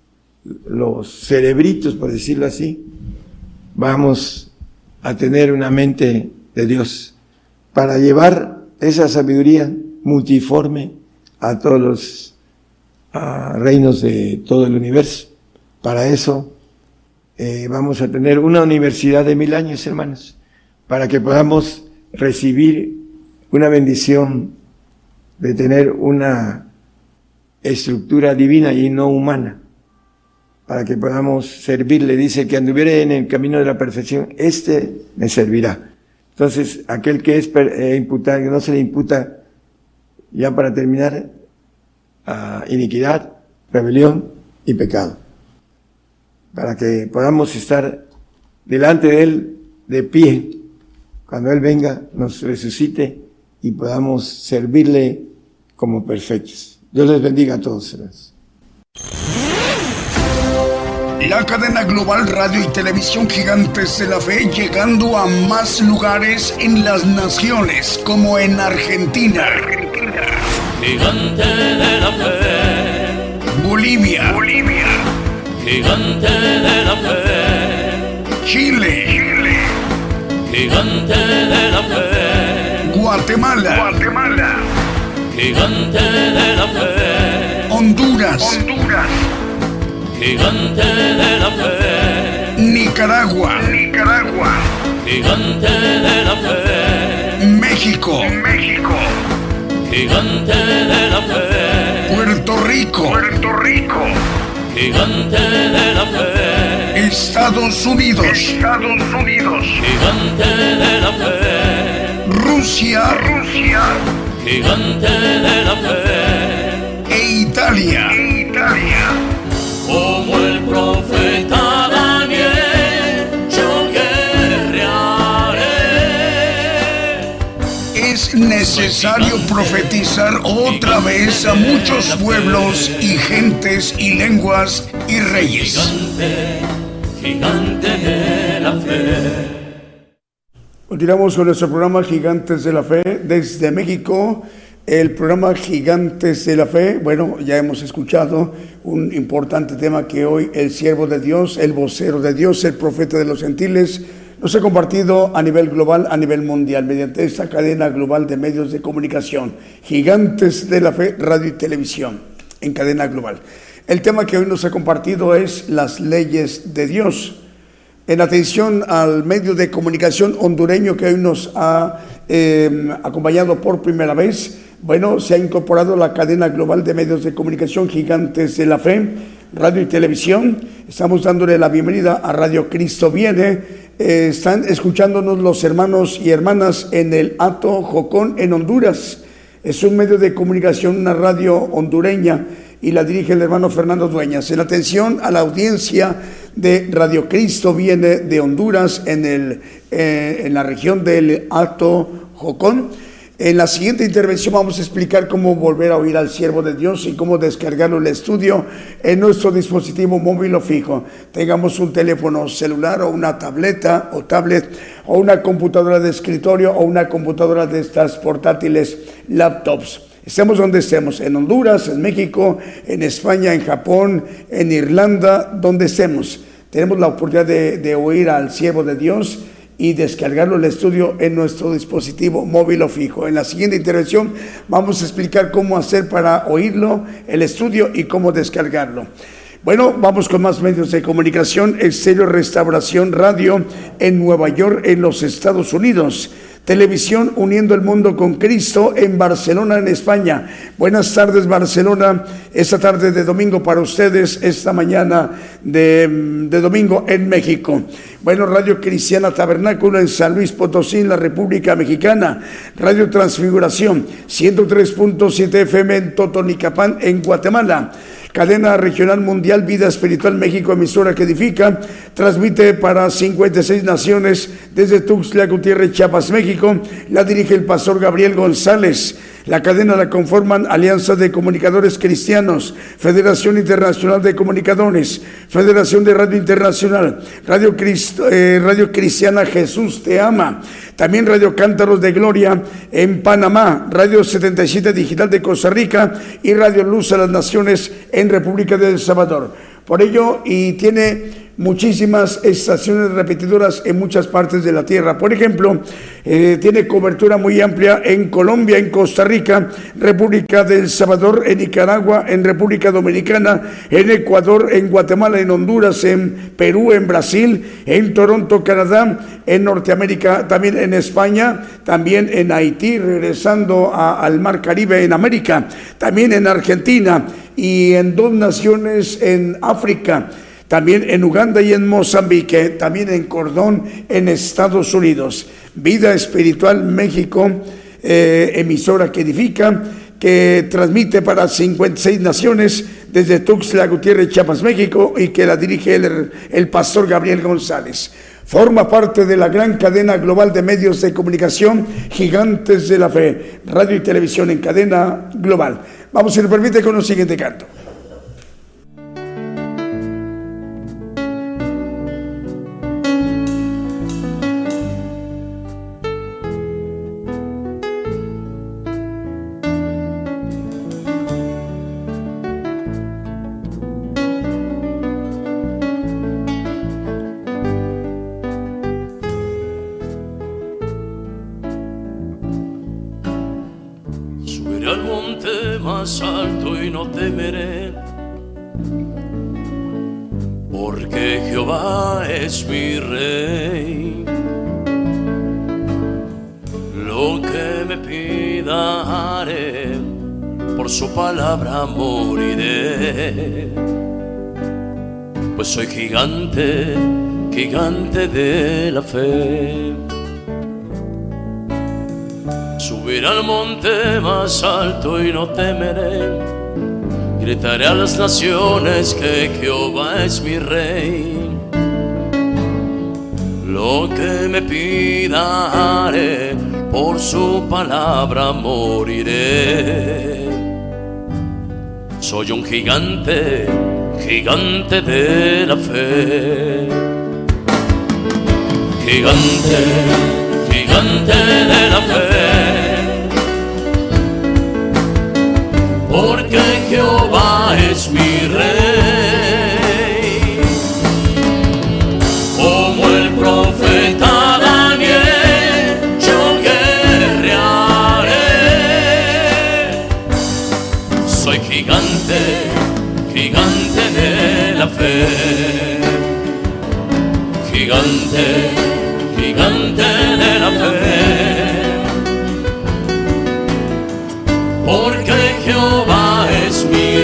los cerebritos, por decirlo así, vamos a tener una mente de Dios para llevar esa sabiduría multiforme a todos los a reinos de todo el universo. Para eso eh, vamos a tener una universidad de mil años, hermanos, para que podamos recibir una bendición de tener una estructura divina y no humana, para que podamos servirle. Dice que anduviere en el camino de la perfección, este me servirá. Entonces, aquel que es eh, imputado, que no se le imputa, ya para terminar, a iniquidad, rebelión y pecado, para que podamos estar delante de Él de pie, cuando Él venga, nos resucite y podamos servirle como perfectos. Dios les bendiga a todos, hermanos. La cadena global radio y televisión Gigantes de la Fe, llegando a más lugares en las naciones, como en Argentina, Argentina. Gigante de la fe, Bolivia, Bolivia, gigante de la fe, Chile, Chile, gigante de la fe, Guatemala, Guatemala, gigante de la fe, Honduras, Honduras, gigante de la fe, Nicaragua, Nicaragua, gigante de la fe, México, México, gigante de la fe, Puerto Rico, Puerto Rico, gigante de la fe, Estados Unidos, Estados Unidos, gigante de la fe, Rusia, Rusia, gigante de la fe, e Italia, Italia. Como el profeta Daniel, yo guerrearé. Es necesario profetizar otra vez a muchos pueblos y gentes y lenguas y reyes. Gigante, gigante de la fe. Continuamos con nuestro programa Gigantes de la Fe desde México. El programa Gigantes de la Fe, bueno, ya hemos escuchado un importante tema que hoy el siervo de Dios, el vocero de Dios, el profeta de los gentiles, nos ha compartido a nivel global, a nivel mundial, mediante esta cadena global de medios de comunicación, Gigantes de la Fe, radio y televisión, en cadena global. El tema que hoy nos ha compartido es las leyes de Dios. En atención al medio de comunicación hondureño que hoy nos ha eh, acompañado por primera vez, bueno, se ha incorporado la cadena global de medios de comunicación Gigantes de la Fe, radio y televisión. Estamos dándole la bienvenida a Radio Cristo Viene. Eh, están escuchándonos los hermanos y hermanas en el Hato Jocón, en Honduras. Es un medio de comunicación, una radio hondureña, y la dirige el hermano Fernando Dueñas. En atención a la audiencia de Radio Cristo Viene de Honduras, en, el, eh, en la región del Hato Jocón. En la siguiente intervención vamos a explicar cómo volver a oír al siervo de Dios y cómo descargarlo el estudio en nuestro dispositivo móvil o fijo. Tengamos un teléfono celular o una tableta o tablet o una computadora de escritorio o una computadora de estas portátiles, laptops. Estemos donde estemos, en Honduras, en México, en España, en Japón, en Irlanda, donde estemos. Tenemos la oportunidad de, de oír al siervo de Dios y descargarlo el estudio en nuestro dispositivo móvil o fijo. En la siguiente intervención vamos a explicar cómo hacer para oírlo, el estudio, y cómo descargarlo. Bueno, vamos con más medios de comunicación. Estéreo Restauración Radio en Nueva York, en los Estados Unidos. Televisión Uniendo el Mundo con Cristo en Barcelona, en España. Buenas tardes, Barcelona. Esta tarde de domingo para ustedes, esta mañana de, de domingo en México. Bueno, Radio Cristiana Tabernáculo en San Luis Potosí, en la República Mexicana. Radio Transfiguración ciento tres punto siete F M en Totonicapán, en Guatemala. Cadena Regional Mundial Vida Espiritual México, emisora que edifica, transmite para cincuenta y seis naciones desde Tuxtla Gutiérrez, Chiapas, México. La dirige el pastor Gabriel González. La cadena la conforman Alianza de Comunicadores Cristianos, Federación Internacional de Comunicadores, Federación de Radio Internacional, Radio, Cristo, eh, Radio Cristiana Jesús Te Ama, también Radio Cántaros de Gloria en Panamá, Radio setenta y siete Digital de Costa Rica y Radio Luz a las Naciones en República de El Salvador. Por ello, y tiene muchísimas estaciones repetidoras en muchas partes de la tierra. Por ejemplo, eh, tiene cobertura muy amplia en Colombia, en Costa Rica, República de El Salvador, en Nicaragua, en República Dominicana, en Ecuador, en Guatemala, en Honduras, en Perú, en Brasil, en Toronto, Canadá, en Norteamérica, también en España, también en Haití, regresando a, al Mar Caribe en América, también en Argentina y en dos naciones en África, también en Uganda y en Mozambique, también en Cordón, en Estados Unidos. Vida Espiritual México, eh, emisora que edifica, que transmite para cincuenta y seis naciones desde Tuxtla Gutiérrez, Chiapas, México, y que la dirige el, el pastor Gabriel González. Forma parte de la gran cadena global de medios de comunicación Gigantes de la Fe, radio y televisión en cadena global. Vamos, si nos permite, con un siguiente canto. Palabra moriré, pues soy gigante, gigante de la fe. Subiré al monte más alto y no temeré, gritaré a las naciones que Jehová es mi rey. Lo que me pida haré, por su palabra moriré. Soy un gigante, gigante de la fe. Gigante, gigante de la fe. Porque Jehová es mi rey. Como el profeta Daniel, yo guerrearé. Soy gigante, gigante de la fe. Gigante, gigante de la fe. Porque Jehová es mi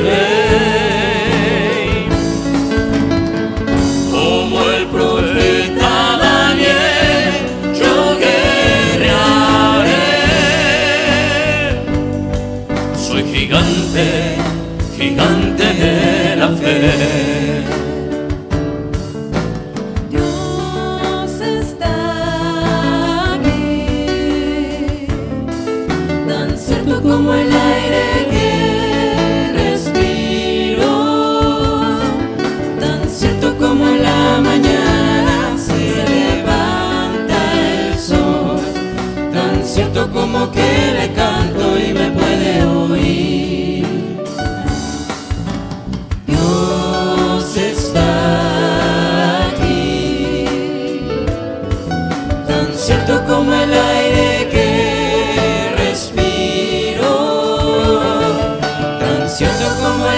rey. Como el profeta Daniel, yo guerrearé. Soy gigante, gigante de la fe.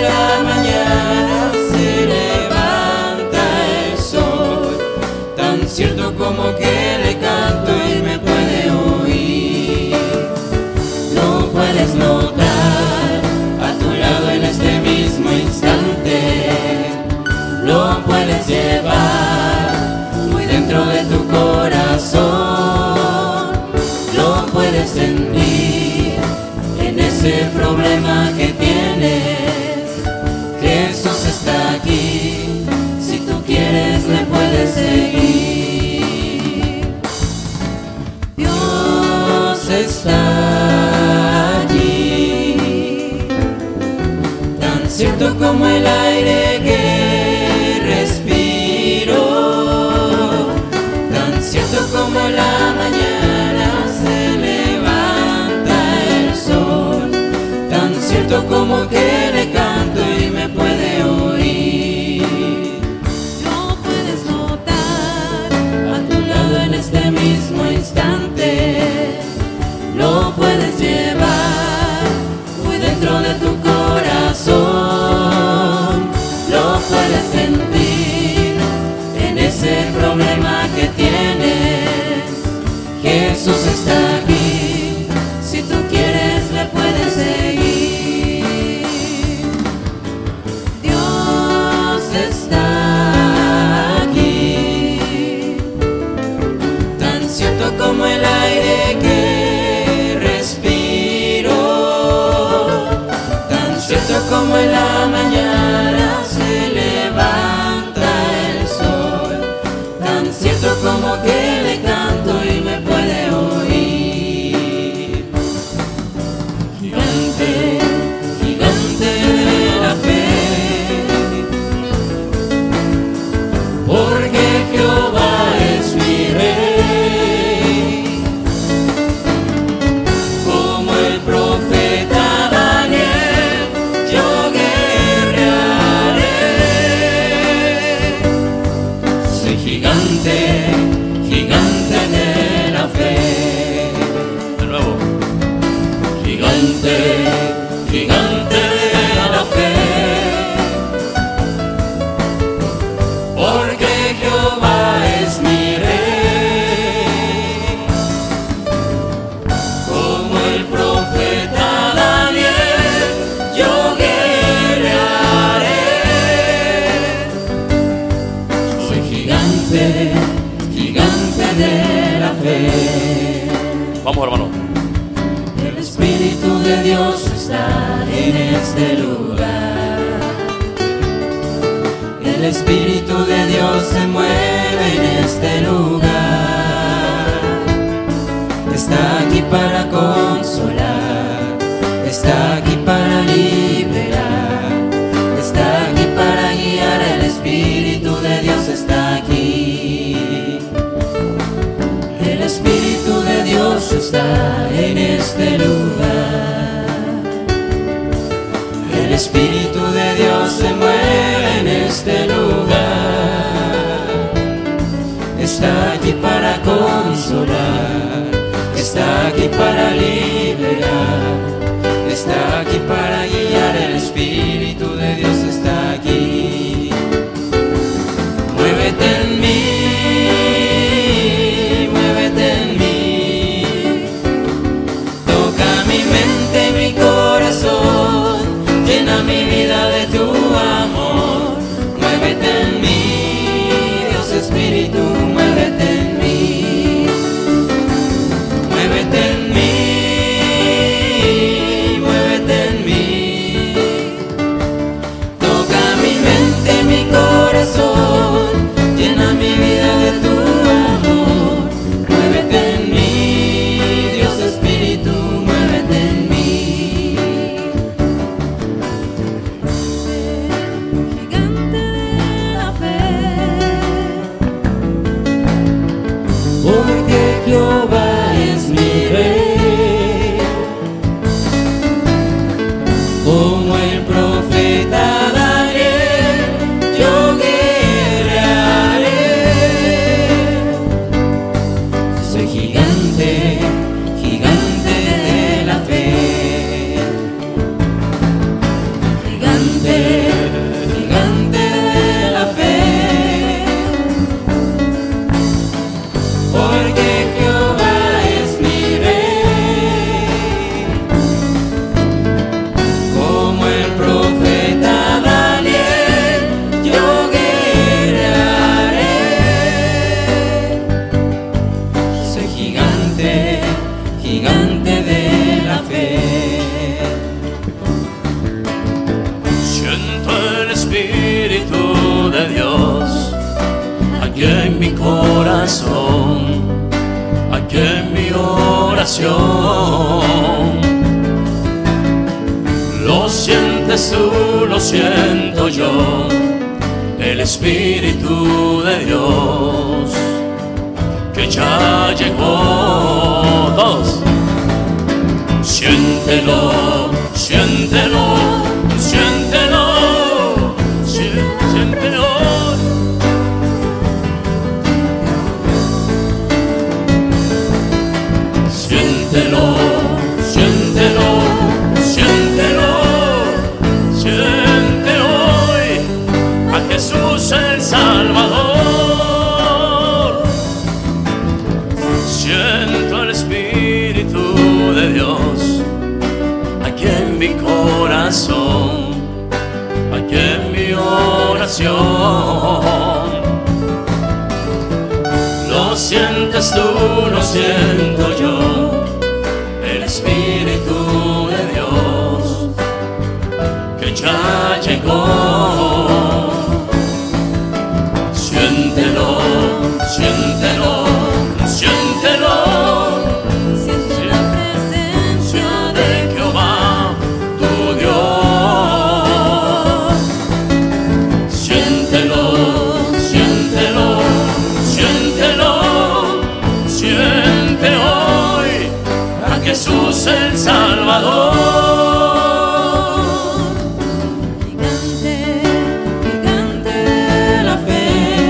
la mañana se levanta el sol, tan cierto como que le canto y me puede oír. Lo puedes notar a tu lado en este mismo instante, lo puedes llevar muy dentro de tu corazón, lo puedes sentir en ese problema que tienes. Jesús está aquí, si tú quieres le puedes seguir. Dios está allí, tan cierto como el aire que respiro, tan cierto como la mañana se levanta el sol, tan cierto como que le canto y me puede oír. Lo puedes notar a tu lado en este mismo instante, lo puedes llevar muy dentro de tu corazón, lo puedes sentir en ese problema que tienes. Jesús está aquí, si tú quieres le puedes seguir. Dios está aquí, tan cierto como el aire que respiro, tan cierto como en la mañana se levanta el sol, tan cierto como que le canto y me puede oír. Gigante, gigante de la fe, porque Jehová es mi rey, como el profeta Daniel, yo guerrearé. Soy gigante, gigante de la fe. De nuevo. Gigante, gigante de la fe, porque Jehová es mi rey, como el profeta Daniel, yo guerrearé. Soy gigante, gigante de la fe. Vamos, hermano. El Espíritu de Dios está en este lugar. El Espíritu de Dios se mueve en este lugar. Está aquí para consolar, está aquí para liberar, está aquí para guiar. El Espíritu de Dios está aquí. El Espíritu de Dios está en este lugar. El Espíritu de Dios se mueve en este lugar. Está aquí para consolar, está aquí para liberar, está aquí para guiar. El Espíritu de Dios está aquí. Muévete en mí, muévete en mí, toca mi mente y mi corazón, llena mi vida de tu amor. Muévete en mí, Dios Espíritu, muévete en mí, muévete en mí, corazón, aquí en mi oración. Lo sientes tú, lo siento yo, el Espíritu de Dios que ya llegó. Todos, siéntelo, siéntelo, siéntelo, siéntelo. Siéntelo, siéntelo, siéntelo, siente hoy a Jesús el Salvador. Siento el Espíritu de Dios aquí en mi corazón, aquí en mi oración. Lo sientes tú, lo siento yo, el Espíritu de Dios que ya llegó. Siéntelo, siéntelo, siéntelo. Siente la presencia de Jehová, tu Dios. Siéntelo, siéntelo, siéntelo, siente hoy a Jesús el Salvador. gigante, gigante de la fe,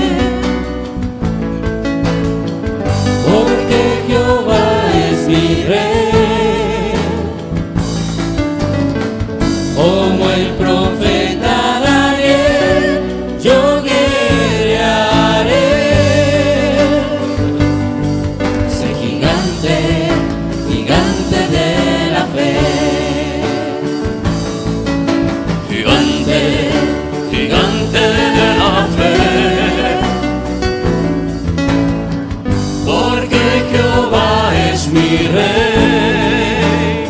porque Jehová es mi rey, como el profeta Daniel, yo guerrearé. Soy gigante, gigante de la fe, Gigante, gigante de la fe, porque Jehová es mi rey,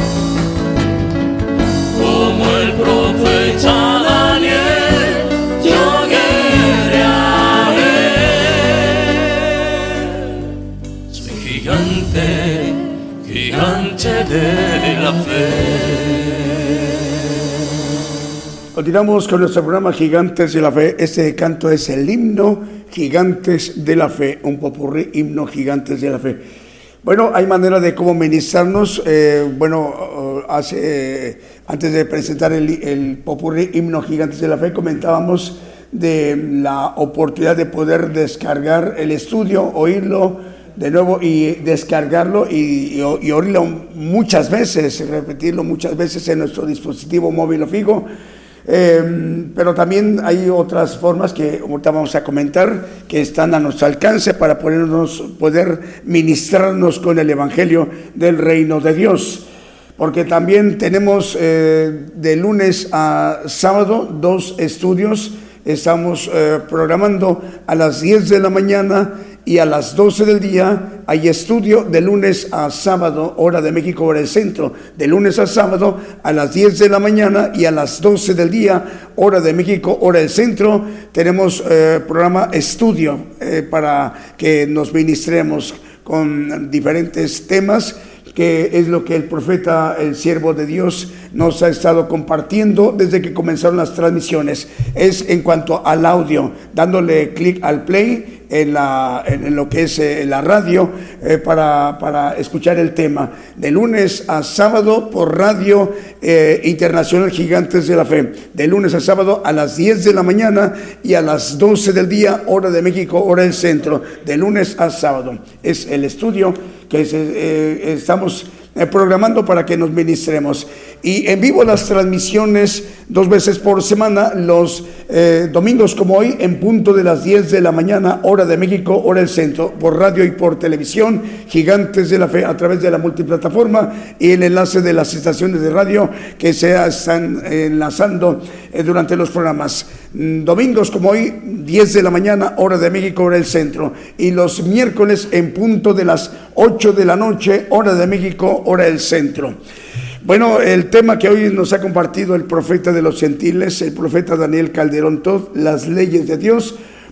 como el profeta Daniel, yo guerrearé. Soy gigante, gigante de la fe. Continuamos con nuestro programa Gigantes de la Fe. Este canto es el himno Gigantes de la Fe, un popurrí, himno Gigantes de la Fe. Bueno, hay manera de cómo ministrarnos. Eh, bueno, hace, eh, antes de presentar el, el popurrí, himno Gigantes de la Fe, comentábamos de la oportunidad de poder descargar el estudio, oírlo de nuevo y descargarlo y, y, y oírlo muchas veces, repetirlo muchas veces en nuestro dispositivo móvil o fijo. Eh, pero también hay otras formas que ahorita vamos a comentar que están a nuestro alcance para podernos, poder ministrarnos con el Evangelio del Reino de Dios, porque también tenemos eh, de lunes a sábado dos estudios. Estamos eh, programando a las diez de la mañana y a las doce del día. Hay estudio de lunes a sábado, hora de México, hora del centro. De lunes a sábado a las diez de la mañana y a las doce del día, hora de México, hora del centro. Tenemos eh, programa estudio eh, para que nos ministremos con diferentes temas, que es lo que el profeta, el siervo de Dios, nos ha estado compartiendo desde que comenzaron las transmisiones. Es en cuanto al audio, dándole clic al play en, la, en lo que es eh, la radio eh, para, para escuchar el tema. De lunes a sábado por Radio eh, Internacional Gigantes de la Fe. De lunes a sábado a las diez de la mañana y a las doce del día, hora de México, hora del centro. De lunes a sábado. Es el estudio que es, eh, estamos eh, programando para que nos ministremos. Y en vivo las transmisiones dos veces por semana, los eh, domingos como hoy, en punto de las diez de la mañana, hora de México, hora del centro, por radio y por televisión, Gigantes de la Fe, a través de la multiplataforma y el enlace de las estaciones de radio que se están enlazando eh, durante los programas. Domingos como hoy, diez de la mañana, hora de México, hora del centro, y los miércoles en punto de las ocho de la noche, hora de México, hora del centro. Bueno, el tema que hoy nos ha compartido el profeta de los gentiles, el profeta Daniel Calderón Todd, las leyes de Dios,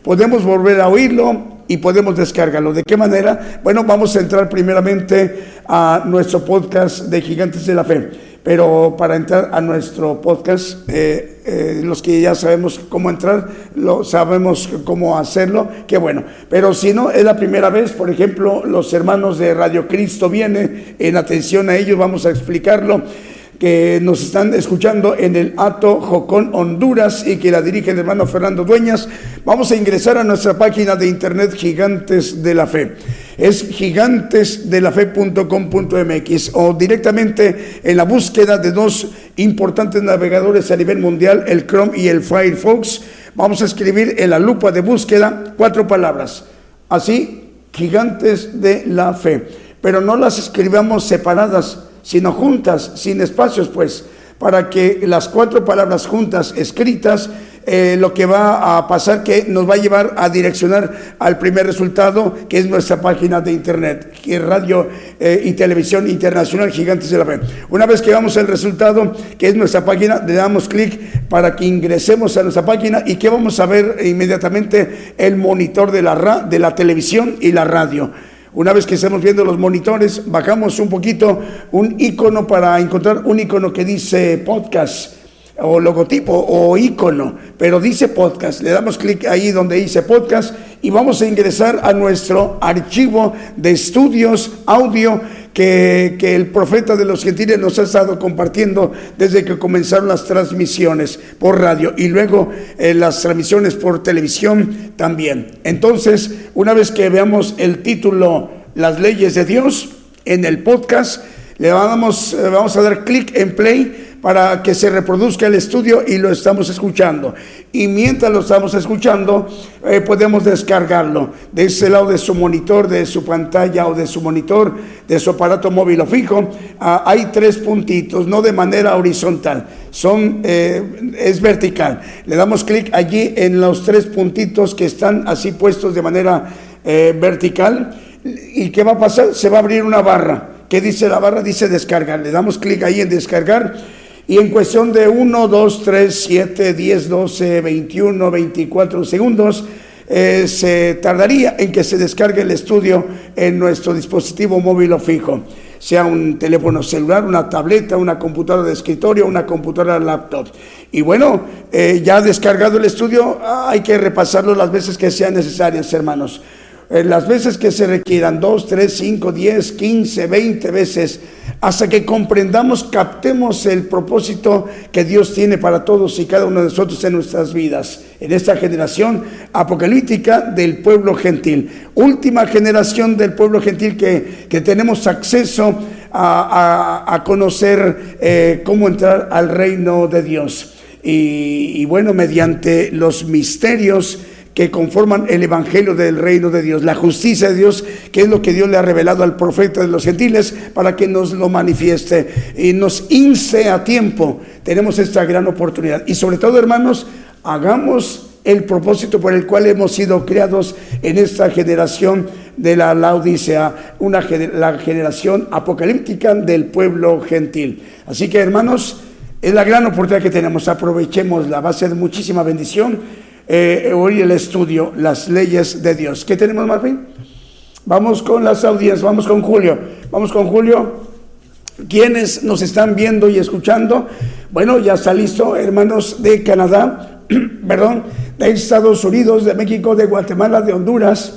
podemos volver a oírlo y podemos descargarlo. ¿De qué manera? Bueno, vamos a entrar primeramente a nuestro podcast de Gigantes de la Fe. Pero para entrar a nuestro podcast, eh, eh, los que ya sabemos cómo entrar, lo sabemos cómo hacerlo, qué bueno. Pero si no, es la primera vez, por ejemplo, los hermanos de Radio Cristo vienen, en atención a ellos, vamos a explicarlo, que nos están escuchando en el Hato, Jocón, Honduras, y que la dirige el hermano Fernando Dueñas. Vamos a ingresar a nuestra página de internet Gigantes de la Fe. Es gigantes de la fe punto com punto m x, o directamente en la búsqueda de dos importantes navegadores a nivel mundial, el Chrome y el Firefox. Vamos a escribir en la lupa de búsqueda cuatro palabras, así, Gigantes de la Fe, pero no las escribamos separadas, sino juntas, sin espacios, pues, para que las cuatro palabras juntas, escritas, eh, lo que va a pasar, que nos va a llevar a direccionar al primer resultado, que es nuestra página de internet, que es Radio eh, y Televisión Internacional Gigantes de la Fe. Una vez que vamos al resultado, que es nuestra página, le damos clic para que ingresemos a nuestra página, y que vamos a ver inmediatamente el monitor de la, ra- de la televisión y la radio. Una vez que estemos viendo los monitores, bajamos un poquito un icono para encontrar un icono que dice podcast, o logotipo, o icono, pero dice podcast. Le damos clic ahí donde dice podcast y vamos a ingresar a nuestro archivo de estudios audio que, que el profeta de los gentiles nos ha estado compartiendo desde que comenzaron las transmisiones por radio y luego eh, las transmisiones por televisión también. Entonces, una vez que veamos el título Las leyes de Dios en el podcast, le vamos, eh, vamos a dar clic en play para que se reproduzca el estudio y lo estamos escuchando. Y mientras lo estamos escuchando, eh, podemos descargarlo de ese lado de su monitor, de su pantalla o de su monitor, de su aparato móvil o fijo. Ah, hay tres puntitos, no de manera horizontal, son, eh, es vertical. Le damos clic allí en los tres puntitos que están así puestos de manera eh, vertical. ¿Y qué va a pasar? Se va a abrir una barra. ¿Qué dice la barra? Dice descargar. Le damos clic ahí en descargar. Y en cuestión de uno, dos, tres, siete, diez, doce, veintiuno, veinticuatro segundos, eh, se tardaría en que se descargue el estudio en nuestro dispositivo móvil o fijo, sea un teléfono celular, una tableta, una computadora de escritorio, una computadora laptop. Y bueno, eh, ya descargado el estudio, hay que repasarlo las veces que sean necesarias, hermanos. Eh, las veces que se requieran, dos, tres, cinco, diez, quince, veinte veces, hasta que comprendamos, captemos el propósito que Dios tiene para todos y cada uno de nosotros en nuestras vidas, en esta generación apocalíptica del pueblo gentil, última generación del pueblo gentil que, que tenemos acceso a, a, a conocer eh, cómo entrar al reino de Dios. Y, y bueno, mediante los misterios que conforman el evangelio del reino de Dios, la justicia de Dios, que es lo que Dios le ha revelado al profeta de los gentiles para que nos lo manifieste y nos inste a tiempo. Tenemos esta gran oportunidad y sobre todo, hermanos, hagamos el propósito por el cual hemos sido creados en esta generación de la Laodicea, una, la generación apocalíptica del pueblo gentil. Así que, hermanos, es la gran oportunidad que tenemos, aprovechémosla, va a ser muchísima bendición. Eh, hoy el estudio, las leyes de Dios. ¿Qué tenemos, Marvin? Vamos con las audiencias, vamos con Julio. Vamos con Julio. ¿Quiénes nos están viendo y escuchando? Bueno, ya está listo, hermanos de Canadá, perdón, de Estados Unidos, de México, de Guatemala, de Honduras,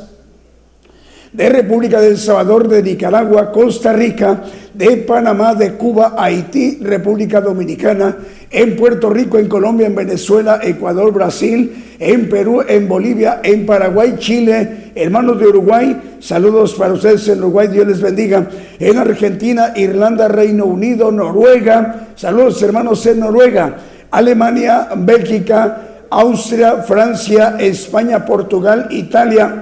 de República del Salvador, de Nicaragua, Costa Rica, de Panamá, de Cuba, Haití, República Dominicana, en Puerto Rico, en Colombia, en Venezuela, Ecuador, Brasil, en Perú, en Bolivia, en Paraguay, Chile, hermanos de Uruguay, saludos para ustedes en Uruguay, Dios les bendiga, en Argentina, Irlanda, Reino Unido, Noruega, saludos hermanos en Noruega, Alemania, Bélgica, Austria, Francia, España, Portugal, Italia,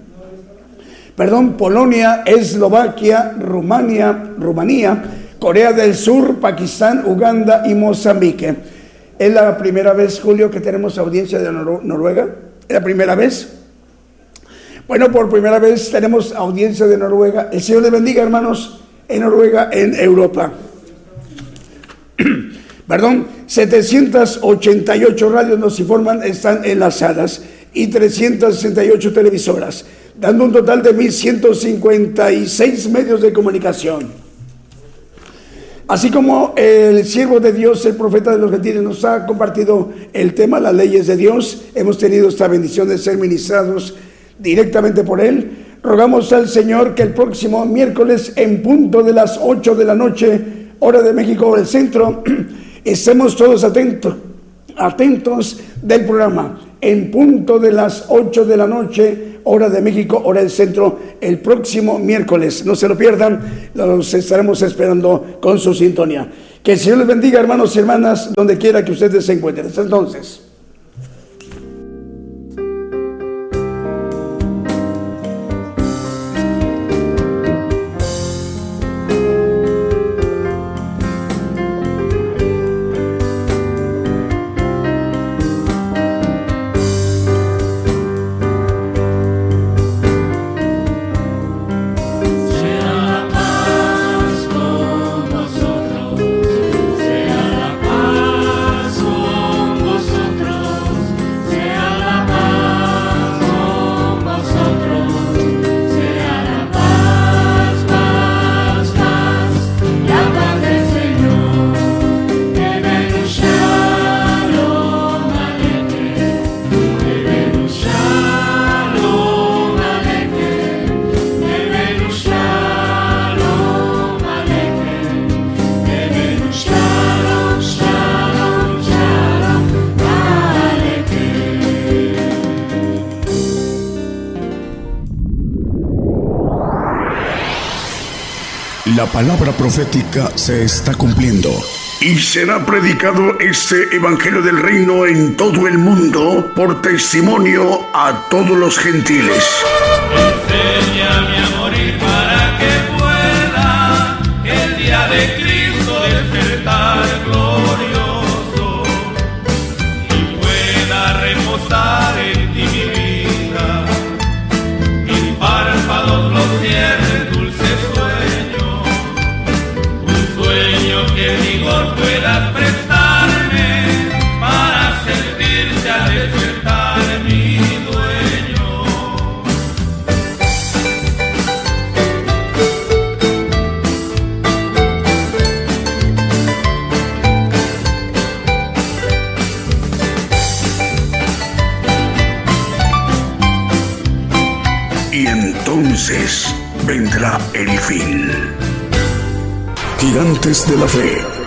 perdón, Polonia, Eslovaquia, Rumania, Rumanía, Corea del Sur, Pakistán, Uganda y Mozambique. ¿Es la primera vez, Julio, que tenemos audiencia de Nor- Noruega? ¿Es la primera vez? Bueno, por primera vez tenemos audiencia de Noruega. El Señor les bendiga, hermanos, en Noruega, en Europa. Perdón, setecientas ochenta y ocho radios nos informan, están enlazadas y trescientas sesenta y ocho televisoras, dando un total de mil ciento cincuenta y seis medios de comunicación. Así como el siervo de Dios, el profeta de los gentiles, nos ha compartido el tema, las leyes de Dios, hemos tenido esta bendición de ser ministrados directamente por él. Rogamos al Señor que el próximo miércoles, en punto de las ocho de la noche, hora de México, hora del centro, estemos todos atentos, atentos del programa. En punto de las ocho de la noche, hora de México, hora del centro, el próximo miércoles. No se lo pierdan, los estaremos esperando con su sintonía. Que el Señor les bendiga, hermanos y hermanas, donde quiera que ustedes se encuentren. Hasta entonces. La palabra profética se está cumpliendo. Y será predicado este evangelio del reino en todo el mundo por testimonio a todos los gentiles. Enséñame a morir para que pueda el día de Cristo despertar glorioso y pueda reposar en ti mi vida. Mis párpados los cierren, dulce sueño, un sueño que vigor puedas prestarme para sentirte al despertar mi dueño. Y entonces vendrá el fin. Gigantes de la Fe.